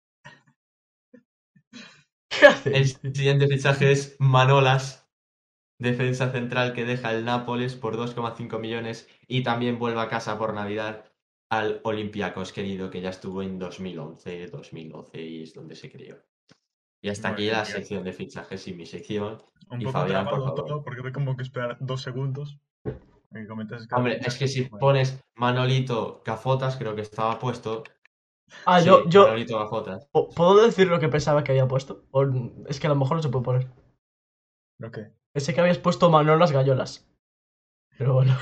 S2: ¿Qué hace?
S4: El siguiente fichaje es Manolas, defensa central que deja el Nápoles por dos coma cinco millones y también vuelve a casa por Navidad al Olympiacos, querido, que ya estuvo en dos mil once, dos mil doce y es donde se crió. Y hasta
S1: Muy
S4: aquí
S1: bien,
S4: la
S1: Miguel.
S4: sección de fichajes y mi sección.
S1: Un
S4: Y
S1: poco
S4: Fabián, por
S1: trabado
S4: favor.
S1: todo, porque tengo como que esperar dos segundos. Y comentas cada
S4: Hombre,
S1: fichaje.
S4: es que si
S1: Bueno,
S4: pones Manolito Gafotas, creo que estaba puesto.
S2: Ah,
S4: Sí,
S2: yo, yo.
S4: Manolito Gafotas.
S2: ¿po- ¿Puedo decir lo que pensaba que había puesto? O es que a lo mejor no se puede poner.
S1: ¿lo qué?
S2: Pensé que habías puesto Manolas Gallolas. Pero bueno.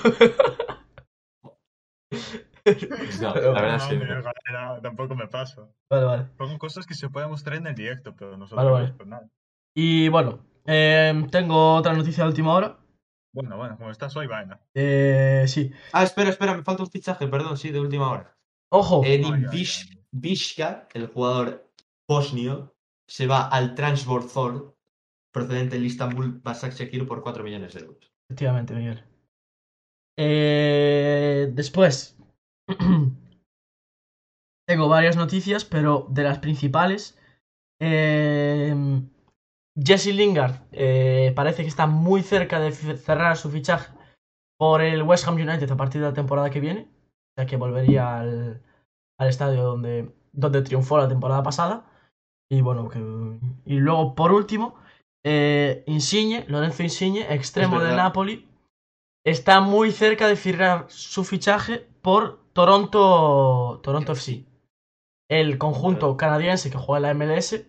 S4: No,
S2: Pero-
S4: la verdad
S1: No,
S4: es que
S1: hombre,
S4: no.
S1: galera, tampoco me paso.
S2: Vale, vale.
S1: Pongo cosas que se pueden mostrar en el directo, pero
S2: Vale,
S1: nosotros
S2: vale.
S1: pues nada.
S2: Y bueno, eh, tengo otra noticia de última hora.
S1: Bueno, bueno, como estás hoy, vaina.
S2: Eh, sí.
S4: Ah, espera, espera, me falta un fichaje, perdón, sí, de última hora.
S2: Ojo.
S4: Edin
S1: Ay, ay,
S4: Vish-
S1: ay.
S4: Vishka, el jugador bosnio, se va al Trabzonspor procedente del Istanbul Başakşehir por cuatro millones de euros.
S2: Efectivamente, Miguel. Eh, después. Tengo varias noticias, pero de las principales. Eh, Jesse Lingard eh, parece que está muy cerca de f- cerrar su fichaje por el West Ham United a partir de la temporada que viene. O sea que volvería al, al estadio donde, donde triunfó la temporada pasada. Y bueno, que, y luego por último, eh, Insigne, Lorenzo Insigne, extremo
S4: Es
S2: de
S4: verdad.
S2: Napoli, está muy cerca de firmar su fichaje por Toronto, Toronto F C. El conjunto canadiense que juega en la M L S.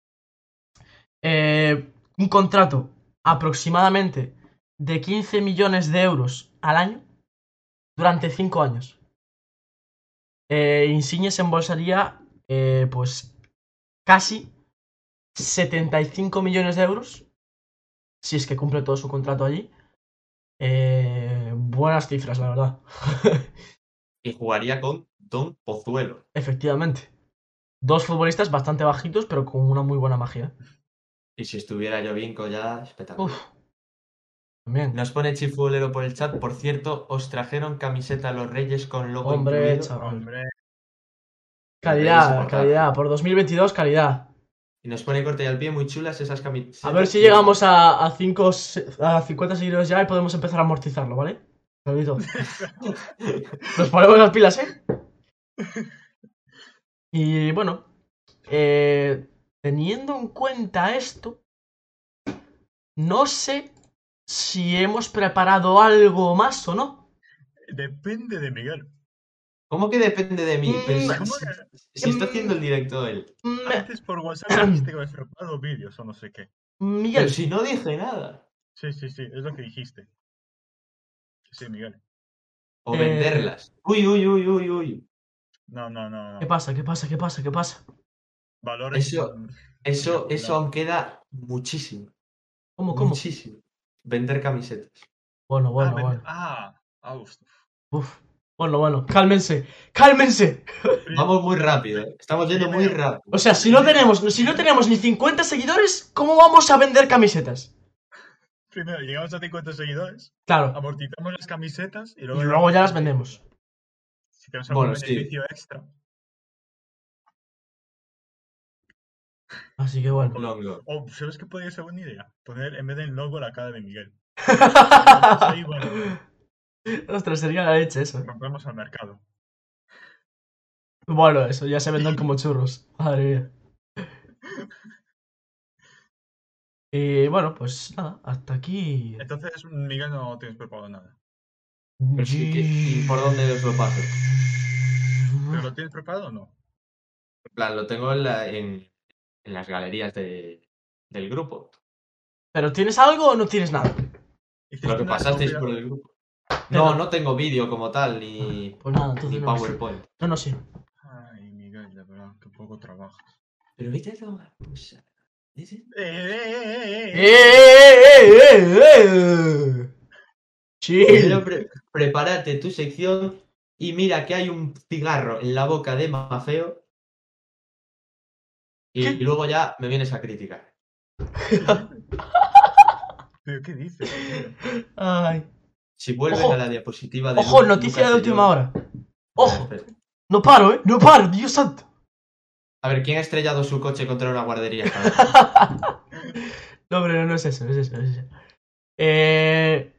S2: Eh, un contrato aproximadamente de quince millones de euros al año durante cinco años. Eh, Insigne se embolsaría eh, pues casi setenta y cinco millones de euros si es que cumple todo su contrato allí. Eh, buenas cifras, la verdad.
S4: Y jugaría con Don Pozuelo.
S2: Efectivamente. Dos futbolistas bastante bajitos, pero con una muy buena magia.
S4: Y si estuviera Jovinko ya, espectacular.
S2: Uf. También.
S4: Nos pone Chifulero por el chat. Por cierto, os trajeron camiseta a los Reyes con logo
S2: Hombre,
S4: incluido.
S2: chaval.
S1: Hombre,
S2: Calidad, calidad. Por dos mil veintidós, calidad.
S4: Y nos pone corte y al pie muy chulas esas camisetas.
S2: A ver si llegamos a, a, cinco, a cincuenta seguidores ya y podemos empezar a amortizarlo, ¿vale? Saludito. Nos ponemos las pilas, ¿eh? Y bueno, eh, teniendo en cuenta esto, no sé si hemos preparado algo más o no.
S1: depende de Miguel.
S4: ¿Cómo que depende de mí? Pero si,
S1: ¿Cómo
S4: si- si está haciendo el directo él.
S2: Me-
S1: Antes por WhatsApp dijiste que habías preparado vídeos o no sé qué.
S2: Miguel,
S4: Pero si no dije nada.
S1: Sí, sí, sí, es lo que dijiste. Sí, Miguel.
S4: O
S2: Eh,
S4: venderlas. Uy, uy, uy, uy, uy.
S1: No, no, no, no.
S2: ¿qué pasa? ¿Qué pasa? ¿Qué pasa? ¿Qué pasa?
S1: Valores.
S4: Eso-
S1: mm,
S4: Eso,
S1: muy
S4: eso aún queda muchísimo.
S2: ¿Cómo, cómo?
S4: Muchísimo. Vender camisetas.
S2: Bueno,
S1: Ah,
S2: bueno,
S1: ven-
S2: bueno.
S1: ah, ah, uf.
S2: Uf. Bueno, bueno. Cálmense. ¡Cálmense!
S4: Vamos muy rápido, ¿eh? Estamos yendo muy rápido.
S2: O sea, si no tenemos, si no tenemos ni cincuenta seguidores, ¿cómo vamos a vender camisetas?
S1: Primero llegamos a cincuenta seguidores,
S2: Claro.
S1: amortizamos las camisetas y
S2: Y
S1: luego,
S2: luego ya las vendemos.
S1: Si tenemos algún
S4: Bueno, sí.
S1: beneficio extra.
S2: Así que bueno.
S4: Longo.
S1: O, ¿sabes qué podría ser buena idea? Poner en vez del logo la cara de Miguel. Sí, bueno,
S2: Ostras, sería la leche eso.
S1: compramos al mercado.
S2: Bueno, eso ya se venden como churros. Madre mía. Y bueno, pues nada, hasta aquí.
S1: Entonces, Miguel, no tienes preparado nada.
S4: Pero sí que- ¿y por dónde os lo paso?
S1: ¿Pero lo tienes preparado o no?
S4: En plan, lo tengo en, la- en- en las galerías de- del grupo.
S2: ¿Pero tienes algo o no tienes nada?
S1: Hiciste
S4: Lo que
S1: una
S4: pasasteis
S1: copia-
S4: por el grupo.
S2: Pero-
S4: No, no tengo vídeo como tal, ni,
S2: Pues nada,
S4: ni
S2: entonces no.
S4: PowerPoint.
S2: No, no, sí.
S1: Ay, Miguel, de verdad, que poco trabajas.
S4: Pero vete a tomar. Pues, ¿viste?
S1: ¡Eh, eh, eh, eh,
S2: ¡Eh,
S1: eh!
S2: eh, eh, eh, eh!
S4: Primero
S2: Chill.
S4: pre- prepárate tu sección y mira que hay un cigarro en la boca de Mafeo. Y,
S2: ¿Qué?
S4: y luego ya me vienes a criticar.
S1: ¿Pero qué dices, tío?
S2: Ay.
S4: Si vuelven
S2: Ojo.
S4: a la diapositiva de
S2: Ojo,
S4: Lu-
S2: noticia
S4: Lucas
S2: de
S4: y yo-
S2: última hora. Ojo.
S4: Espera,
S2: No paro, eh. No paro, Dios santo.
S4: A ver, ¿quién ha estrellado su coche contra una guardería?
S2: No, hombre, no, no es eso, no es eso, no es eso. Eh,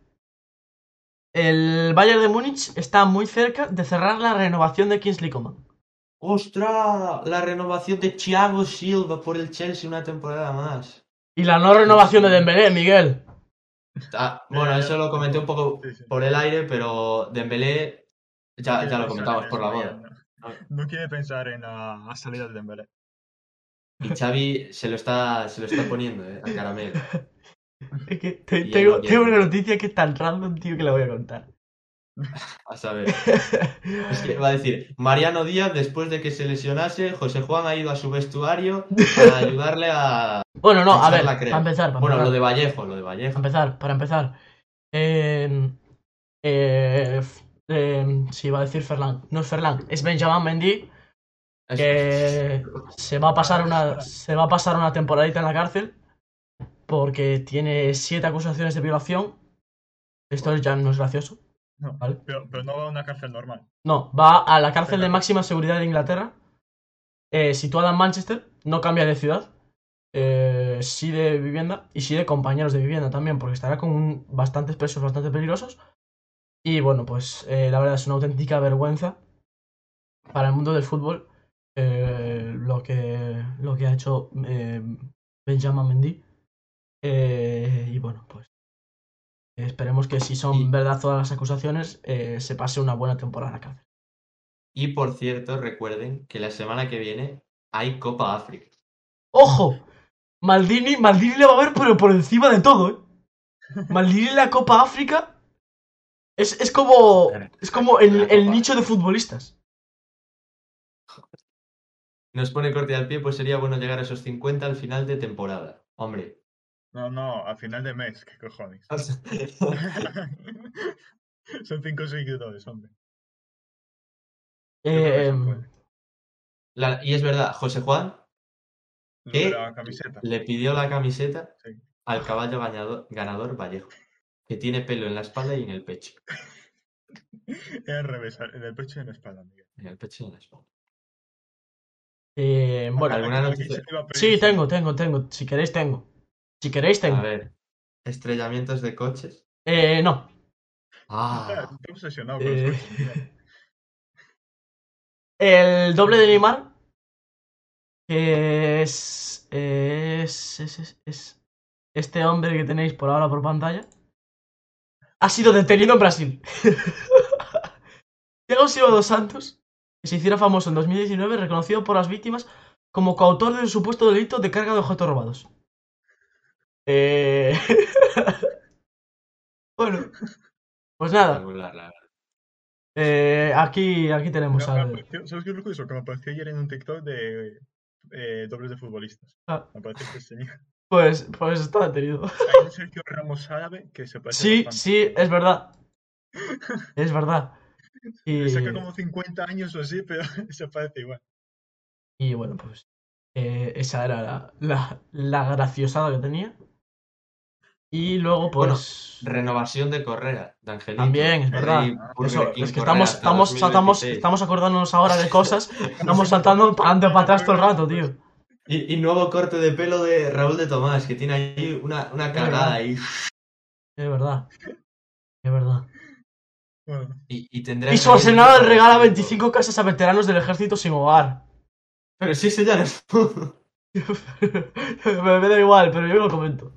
S2: el Bayern de Múnich está muy cerca de cerrar la renovación de Kingsley Coman.
S4: ¡Ostras! La renovación de Thiago Silva por el Chelsea una temporada más.
S2: Y la no renovación de Dembélé, Miguel.
S4: Ah, bueno, eso lo comenté un poco
S1: Sí, sí.
S4: por el aire, pero Dembélé ya,
S1: quiere
S4: ya lo
S1: pensar
S4: comentamos
S1: en
S4: por
S1: eso,
S4: la
S1: Miguel,
S4: boda.
S1: No, no quiere pensar en la, la salida de Dembélé.
S4: Y Xavi se lo está, se lo está poniendo, eh, al caramelo.
S2: Es que te-
S4: Y él no
S2: tengo,
S4: quiere
S2: tengo una
S4: pensar.
S2: noticia que es tan random, tío, que la voy a contar.
S4: A saber. Es que va a decir, Mariano Díaz, después de que se lesionase, José Juan ha ido a su vestuario para ayudarle a,
S2: Bueno, no,
S4: a
S2: a
S4: echar
S2: ver,
S4: la
S2: para
S4: crema.
S2: empezar, para
S4: Bueno,
S2: empezar.
S4: lo de Vallejo, lo de
S2: Para
S4: Vallejo.
S2: empezar, para empezar. Eh, eh, f- eh, sí, iba a decir Ferland. No es Ferland, es Benjamin Mendy,
S4: Eso.
S2: que se va a pasar una, se va a pasar una temporadita en la cárcel porque tiene siete acusaciones de violación. Esto ya no es gracioso,
S1: No,
S2: ¿vale?
S1: pero, pero no va a una cárcel normal.
S2: No, va a la cárcel de
S1: Venga,
S2: máxima seguridad de Inglaterra, eh, situada en Manchester, no cambia de ciudad, eh, sí de vivienda y sí de compañeros de vivienda también, porque estará con un- bastantes presos bastante peligrosos. Y bueno, pues eh, la verdad es una auténtica vergüenza para el mundo del fútbol eh, lo, que, lo que ha hecho eh, Benjamin Mendy. Eh, y bueno, pues esperemos que si son
S4: Y,
S2: verdad todas las acusaciones, eh, se pase una buena temporada en la cárcel.
S4: y por cierto, recuerden que la semana que viene hay Copa África.
S2: ¡Ojo! Maldini, Maldini le va a ver, pero por encima de todo, ¿eh? Maldini en la Copa África es, es como,
S4: Joder,
S2: es como el,
S4: la
S2: el
S4: Copa.
S2: nicho de futbolistas.
S4: Nos pone corte al pie, pues sería bueno llegar a esos cincuenta al final de temporada. Hombre.
S1: No, no, a final de mes, qué cojones. Son cinco seguidores, hombre. Yo creo que
S2: Eh,
S1: se puede.
S4: La- y es verdad, José Juan,
S1: Lo de la
S4: que
S1: camiseta.
S4: le pidió la camiseta
S1: Sí.
S4: al caballo ganador, ganador Vallejo, que tiene pelo en la espalda y en el pecho.
S1: Es al revés, en el pecho y en la espalda, Miguel.
S4: En el pecho y en la espalda.
S2: eh, bueno,
S4: ¿Alguna
S1: Aquí, aquí
S4: noticia?
S1: se te iba a pedir
S2: sí,
S1: si
S2: tengo,
S1: no.
S2: tengo, tengo. Si queréis, tengo. Si queréis,
S4: A
S2: tengo.
S4: ver, estrellamientos de coches.
S2: Eh, no.
S1: Está,
S4: Ah,
S1: está obsesionado con los
S2: Eh,
S1: coches, Miguel.
S2: el doble de Neymar, que es, es, es, es, es este hombre que tenéis por ahora por pantalla, ha sido detenido en Brasil. Thiago Silva dos Santos, que se hiciera famoso en dos mil diecinueve, reconocido por las víctimas como coautor del supuesto delito de carga de objetos robados. Eh... bueno, pues nada.
S4: espectacular, la verdad.
S2: Eh, aquí, aquí tenemos
S1: Me- me
S2: al...
S1: apareció- ¿Sabes qué es lo curioso? Que me apareció ayer en un TikTok de eh, dobles de futbolistas.
S2: Ah,
S1: Me parece este señor.
S2: pues, pues está detenido.
S1: Hay un Sergio Ramos árabe que se parece
S2: Sí,
S1: bastante.
S2: sí, es verdad. Es verdad.
S1: Le saca
S2: Y,
S1: como cincuenta años o así, pero se parece igual.
S2: y bueno, pues eh, esa era la, la, la graciosada que tenía. Y luego,
S4: Bueno,
S2: pues...
S4: renovación de Correa, de
S2: También,
S4: Angelito.
S2: es verdad.
S4: Rey
S2: Eso,
S4: Burger King
S2: es que
S4: Correa
S2: estamos,
S4: hasta
S2: estamos, saltamos,
S4: dos mil veintiséis.
S2: estamos acordándonos ahora de cosas. Estamos saltando para adelante o para atrás todo el rato, tío.
S4: Y, y nuevo corte de pelo de Raúl de Tomás, que tiene ahí una, una
S2: Es
S4: cagada
S2: verdad.
S4: ahí.
S2: Es verdad. Es verdad.
S1: Bueno,
S4: Y, y tendrá
S2: Y
S4: el cabello
S2: Schwarzenegger
S4: para
S2: regala
S4: vestir todo.
S2: veinticinco casas a veteranos del ejército sin hogar.
S4: Pero si ese ya no es.
S2: me, me da igual, pero yo lo comento.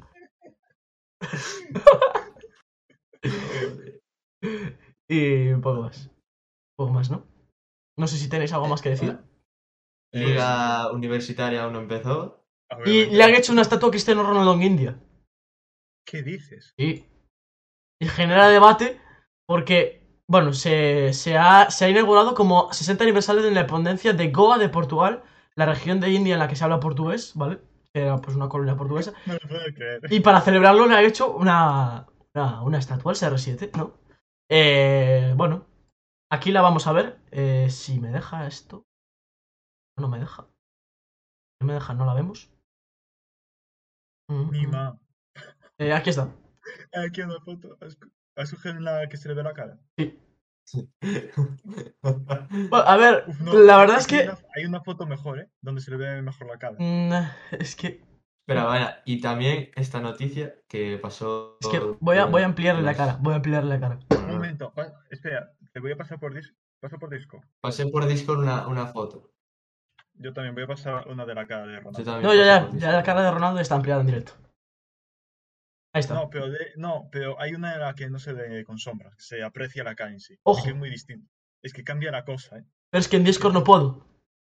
S2: Y un poco más. Un poco más, ¿no? No sé si tenéis algo más que decir.
S4: Liga universitaria aún no empezó.
S2: Y
S1: obviamente
S2: le han
S1: no.
S2: hecho una estatua a Cristiano Ronaldo en India.
S1: ¿Qué dices?
S2: Y, y genera debate porque, bueno, se, se, ha, se ha inaugurado como sesenta aniversario de la independencia de Goa de Portugal, la región de India en la que se habla portugués, ¿vale? Que era pues una colonia portuguesa.
S1: No lo puedo creer.
S2: Y para celebrarlo le han hecho una, una, una estatua al C R siete, ¿no? Eh, bueno, aquí la vamos a ver. Eh, si me deja esto. No me deja. No me deja, no la vemos. Mm,
S1: Mi
S2: mm.
S1: ma.
S2: Eh, aquí está.
S1: Aquí una foto. ¿Has, has cogido la que se le ve la cara?
S2: Sí. Bueno, a ver,
S1: Uf, no,
S2: la
S1: hay-
S2: verdad es
S1: hay
S2: que.
S1: una- hay una foto mejor, ¿eh? Donde se le ve mejor la cara.
S2: mm, es que.
S4: Pero bueno, y también esta noticia que pasó.
S2: Es que voy a, voy a ampliarle la
S4: los-
S2: cara. Voy a ampliarle la cara.
S1: Un
S4: Bueno,
S1: momento, pa- espera, te voy a pasar por Discord. Paso por Discord.
S4: pasé por Discord una, una foto.
S1: Yo también voy a pasar una de la cara de
S4: Yo
S1: Ronaldo.
S4: también
S2: No, ya,
S4: pasé
S2: ya.
S4: por
S2: Ya
S4: Discord.
S2: la cara de Ronaldo está ampliada en directo. Ahí está.
S1: No, pero de- no, pero hay una en la que no se ve con sombras, que se aprecia la cara en sí.
S2: Ojo.
S1: Es que es muy distinto. Es que cambia la cosa, ¿eh?
S2: Pero es que en Discord no puedo.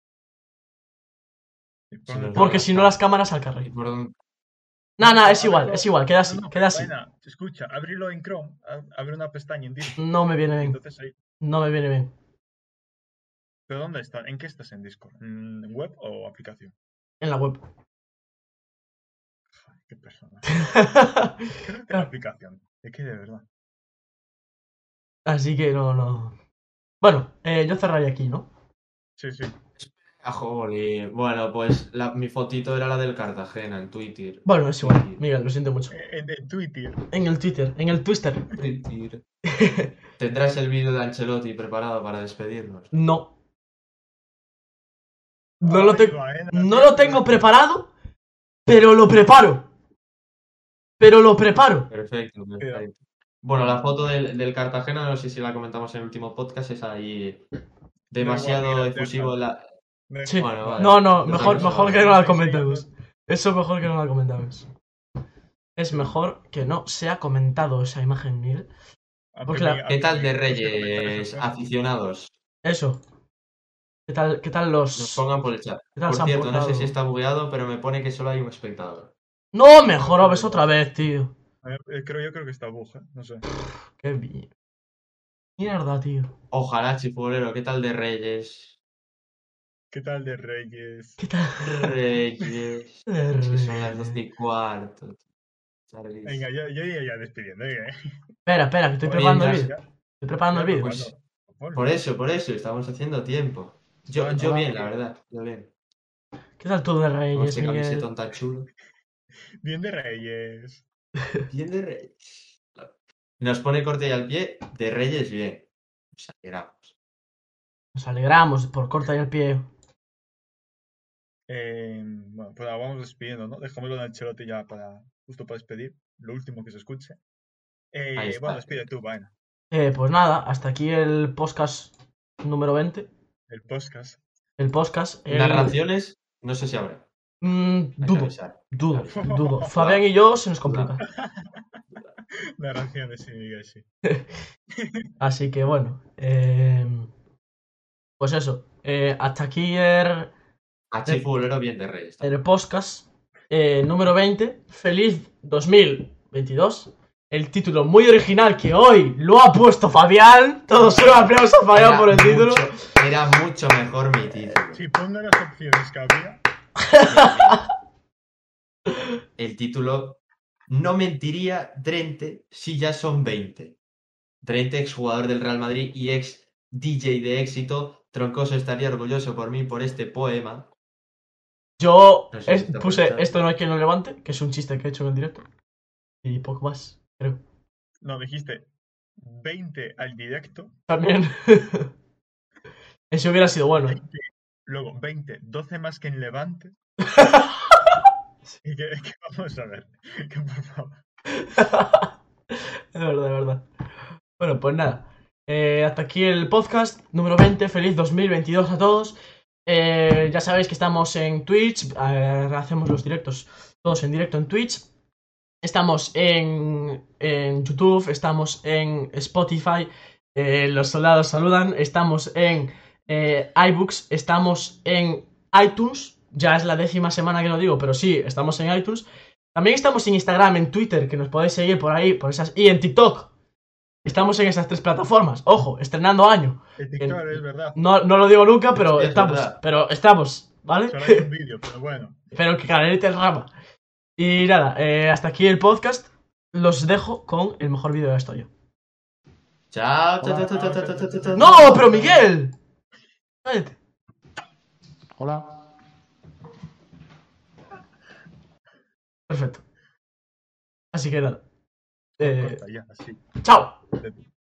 S1: Y por
S4: Si
S1: donde
S4: nos
S1: te-
S2: Porque
S4: las
S2: si no
S4: cámaras.
S2: las cámaras al
S4: ¿Y
S2: carril.
S4: por dónde-
S2: No, no,
S1: pero
S2: es igual,
S1: ábrelo-
S2: es igual. Queda así,
S1: No, no,
S2: queda así.
S1: Vaina, escucha, ábrelo en Chrome, a- abre una pestaña en Discord.
S2: No me viene
S1: Y
S2: bien.
S1: entonces ahí.
S2: No me viene bien.
S1: ¿Pero dónde está? ¿En qué estás en Discord? ¿En web o aplicación?
S2: En la web.
S1: Joder, qué persona. Creo que en la aplicación. Es que de verdad.
S2: Así que no, no. Bueno, eh, yo cerraría aquí, ¿no?
S1: Sí, sí.
S4: Ah, jolín. Bueno, pues la- mi fotito era la del Cartagena en Twitter.
S2: Bueno, es igual.
S4: Twitter.
S2: Miguel, lo siento mucho.
S1: Eh, En, en Twitter.
S2: En el Twitter, en el Twister.
S4: Twitter. ¿Tendrás el vídeo de Ancelotti preparado para despedirnos?
S2: No. No lo,
S1: Ay,
S2: te-
S1: vaina,
S2: no
S1: tío.
S2: lo tengo preparado, pero lo preparo. Pero lo preparo.
S4: Perfecto, perfecto. Bueno, la foto del, del Cartagena, no sé si la comentamos en el último podcast, es ahí demasiado
S1: mira,
S4: efusivo en la...
S1: Me-
S2: Sí.
S4: Bueno, vale.
S2: No, no,
S4: Lo
S2: mejor,
S4: tengo
S2: mejor
S4: solo.
S2: que no la
S1: Estoy
S2: comentemos. Eso mejor que no la comentamos. Es mejor que no sea comentado esa imagen, Miguel.
S1: Aunque
S2: Porque la-
S1: me-
S4: ¿Qué tal de
S1: aunque me guste comentar
S4: Reyes,
S1: esas cosas.
S4: aficionados?
S2: Eso. ¿Qué tal, qué tal
S4: Nos
S2: los...?
S4: pongan por el chat.
S2: ¿Qué tal
S4: Por
S2: se han
S4: cierto, no sé
S2: portado?
S4: si está bugueado, pero me pone que solo hay un espectador.
S2: No, mejor ves otra vez, tío.
S1: Eh, eh, Creo, yo creo que está bug, ¿eh? No sé.
S2: Qué bien. Mierda, tío.
S4: Ojalá, chifulero, ¿qué tal de Reyes?
S1: ¿Qué tal de Reyes?
S2: ¿Qué tal?
S4: Reyes. Es que son las doce y cuarto. Charlie.
S1: Venga, yo, yo iría ya despidiendo, ¿eh?
S2: Espera, espera, que estoy
S1: Oye,
S2: preparando el
S4: mientras-
S2: vídeo. Estoy preparando el
S1: Ya,
S2: vídeo.
S1: pues,
S4: Pues,
S1: bueno,
S4: Por eso, por eso, estamos haciendo tiempo. Yo,
S1: Bueno,
S4: yo
S1: va,
S4: bien,
S1: tío.
S4: la verdad. Yo bien.
S2: ¿Qué tal tú de
S4: Con
S2: Reyes,
S4: este
S2: Miguel?
S4: camisetón tan chulo.
S1: Bien de Reyes.
S4: Bien de Reyes. Nos pone corte y al pie, de Reyes bien. Nos alegramos.
S2: Nos alegramos por corta y al pie.
S1: Eh, bueno, pues nada, vamos despidiendo, ¿no? Dejámoslo en el Ancelotti ya para, justo para despedir. Lo último que se escuche. Eh,
S4: Ahí está.
S1: bueno, despide tú, vaina.
S2: Eh, pues nada, hasta aquí el podcast número veinte.
S1: El podcast.
S2: El podcast. el-
S4: Narraciones, no sé si habrá.
S2: Mm,
S4: Hay que
S2: dudo,
S4: avisar.
S2: dudo,
S4: Hay que avisar.
S2: dudo. Fabián y yo se nos complica.
S1: Narraciones, sí, Miguel, sí.
S2: Así que bueno. eh, pues eso. eh, hasta aquí el,
S4: A Chifulero bien de Reyes.
S2: el podcast eh, número veinte. Feliz dos mil veintidós. El título muy original que hoy lo ha puesto Fabián. Todos un aplauso a Fabián
S4: Era
S2: por el título.
S4: mucho- Era mucho mejor mi título.
S1: Sí, ponga las opciones que había.
S4: El título, no mentiría Drente si ya son veinte. Drente, exjugador del Real Madrid y ex D J de éxito. Troncoso estaría orgulloso por mí por este poema.
S2: Yo
S4: No sé si
S2: es-
S4: está
S2: puse
S4: pensado.
S2: esto no hay quien lo levante, que es un chiste que he hecho en el directo. Y poco más, creo.
S1: No, dijiste veinte al directo,
S2: También. Ese hubiera sido bueno.
S1: veinte, luego veinte, doce más que en Levante. Y que, que vamos a ver, que por favor.
S2: Es verdad, es verdad. Bueno, pues nada. Eh, hasta aquí el podcast número veinte. Feliz dos mil veintidós a todos. Eh, ya sabéis que estamos en Twitch. eh, hacemos los directos todos en directo en Twitch. Estamos en, en YouTube. Estamos en Spotify. eh, los soldados saludan. Estamos en eh, iBooks. Estamos en iTunes. Ya es la décima semana que lo digo, pero sí, estamos en iTunes. También estamos en Instagram, en Twitter, que nos podéis seguir por ahí, por esas, y en TikTok. Estamos en esas tres plataformas. Ojo, estrenando año.
S1: El TikTok es verdad.
S2: No, no lo digo nunca, pero
S4: Sí, es
S2: estamos.
S4: verdad.
S2: Pero estamos, ¿vale?
S1: Solo hay un vídeo, pero bueno.
S2: Pero que canelita el rama. Y nada, eh, hasta aquí el podcast. Los dejo con el mejor vídeo de la historia.
S4: Chao, chao, chao, chao, chao, chao, chao, chao, chao.
S2: ¡No, pero Miguel! Cállate.
S5: Hola.
S2: Perfecto. Así que nada. Eh,
S1: Corta ya, así.
S2: ¡Chao!
S1: de-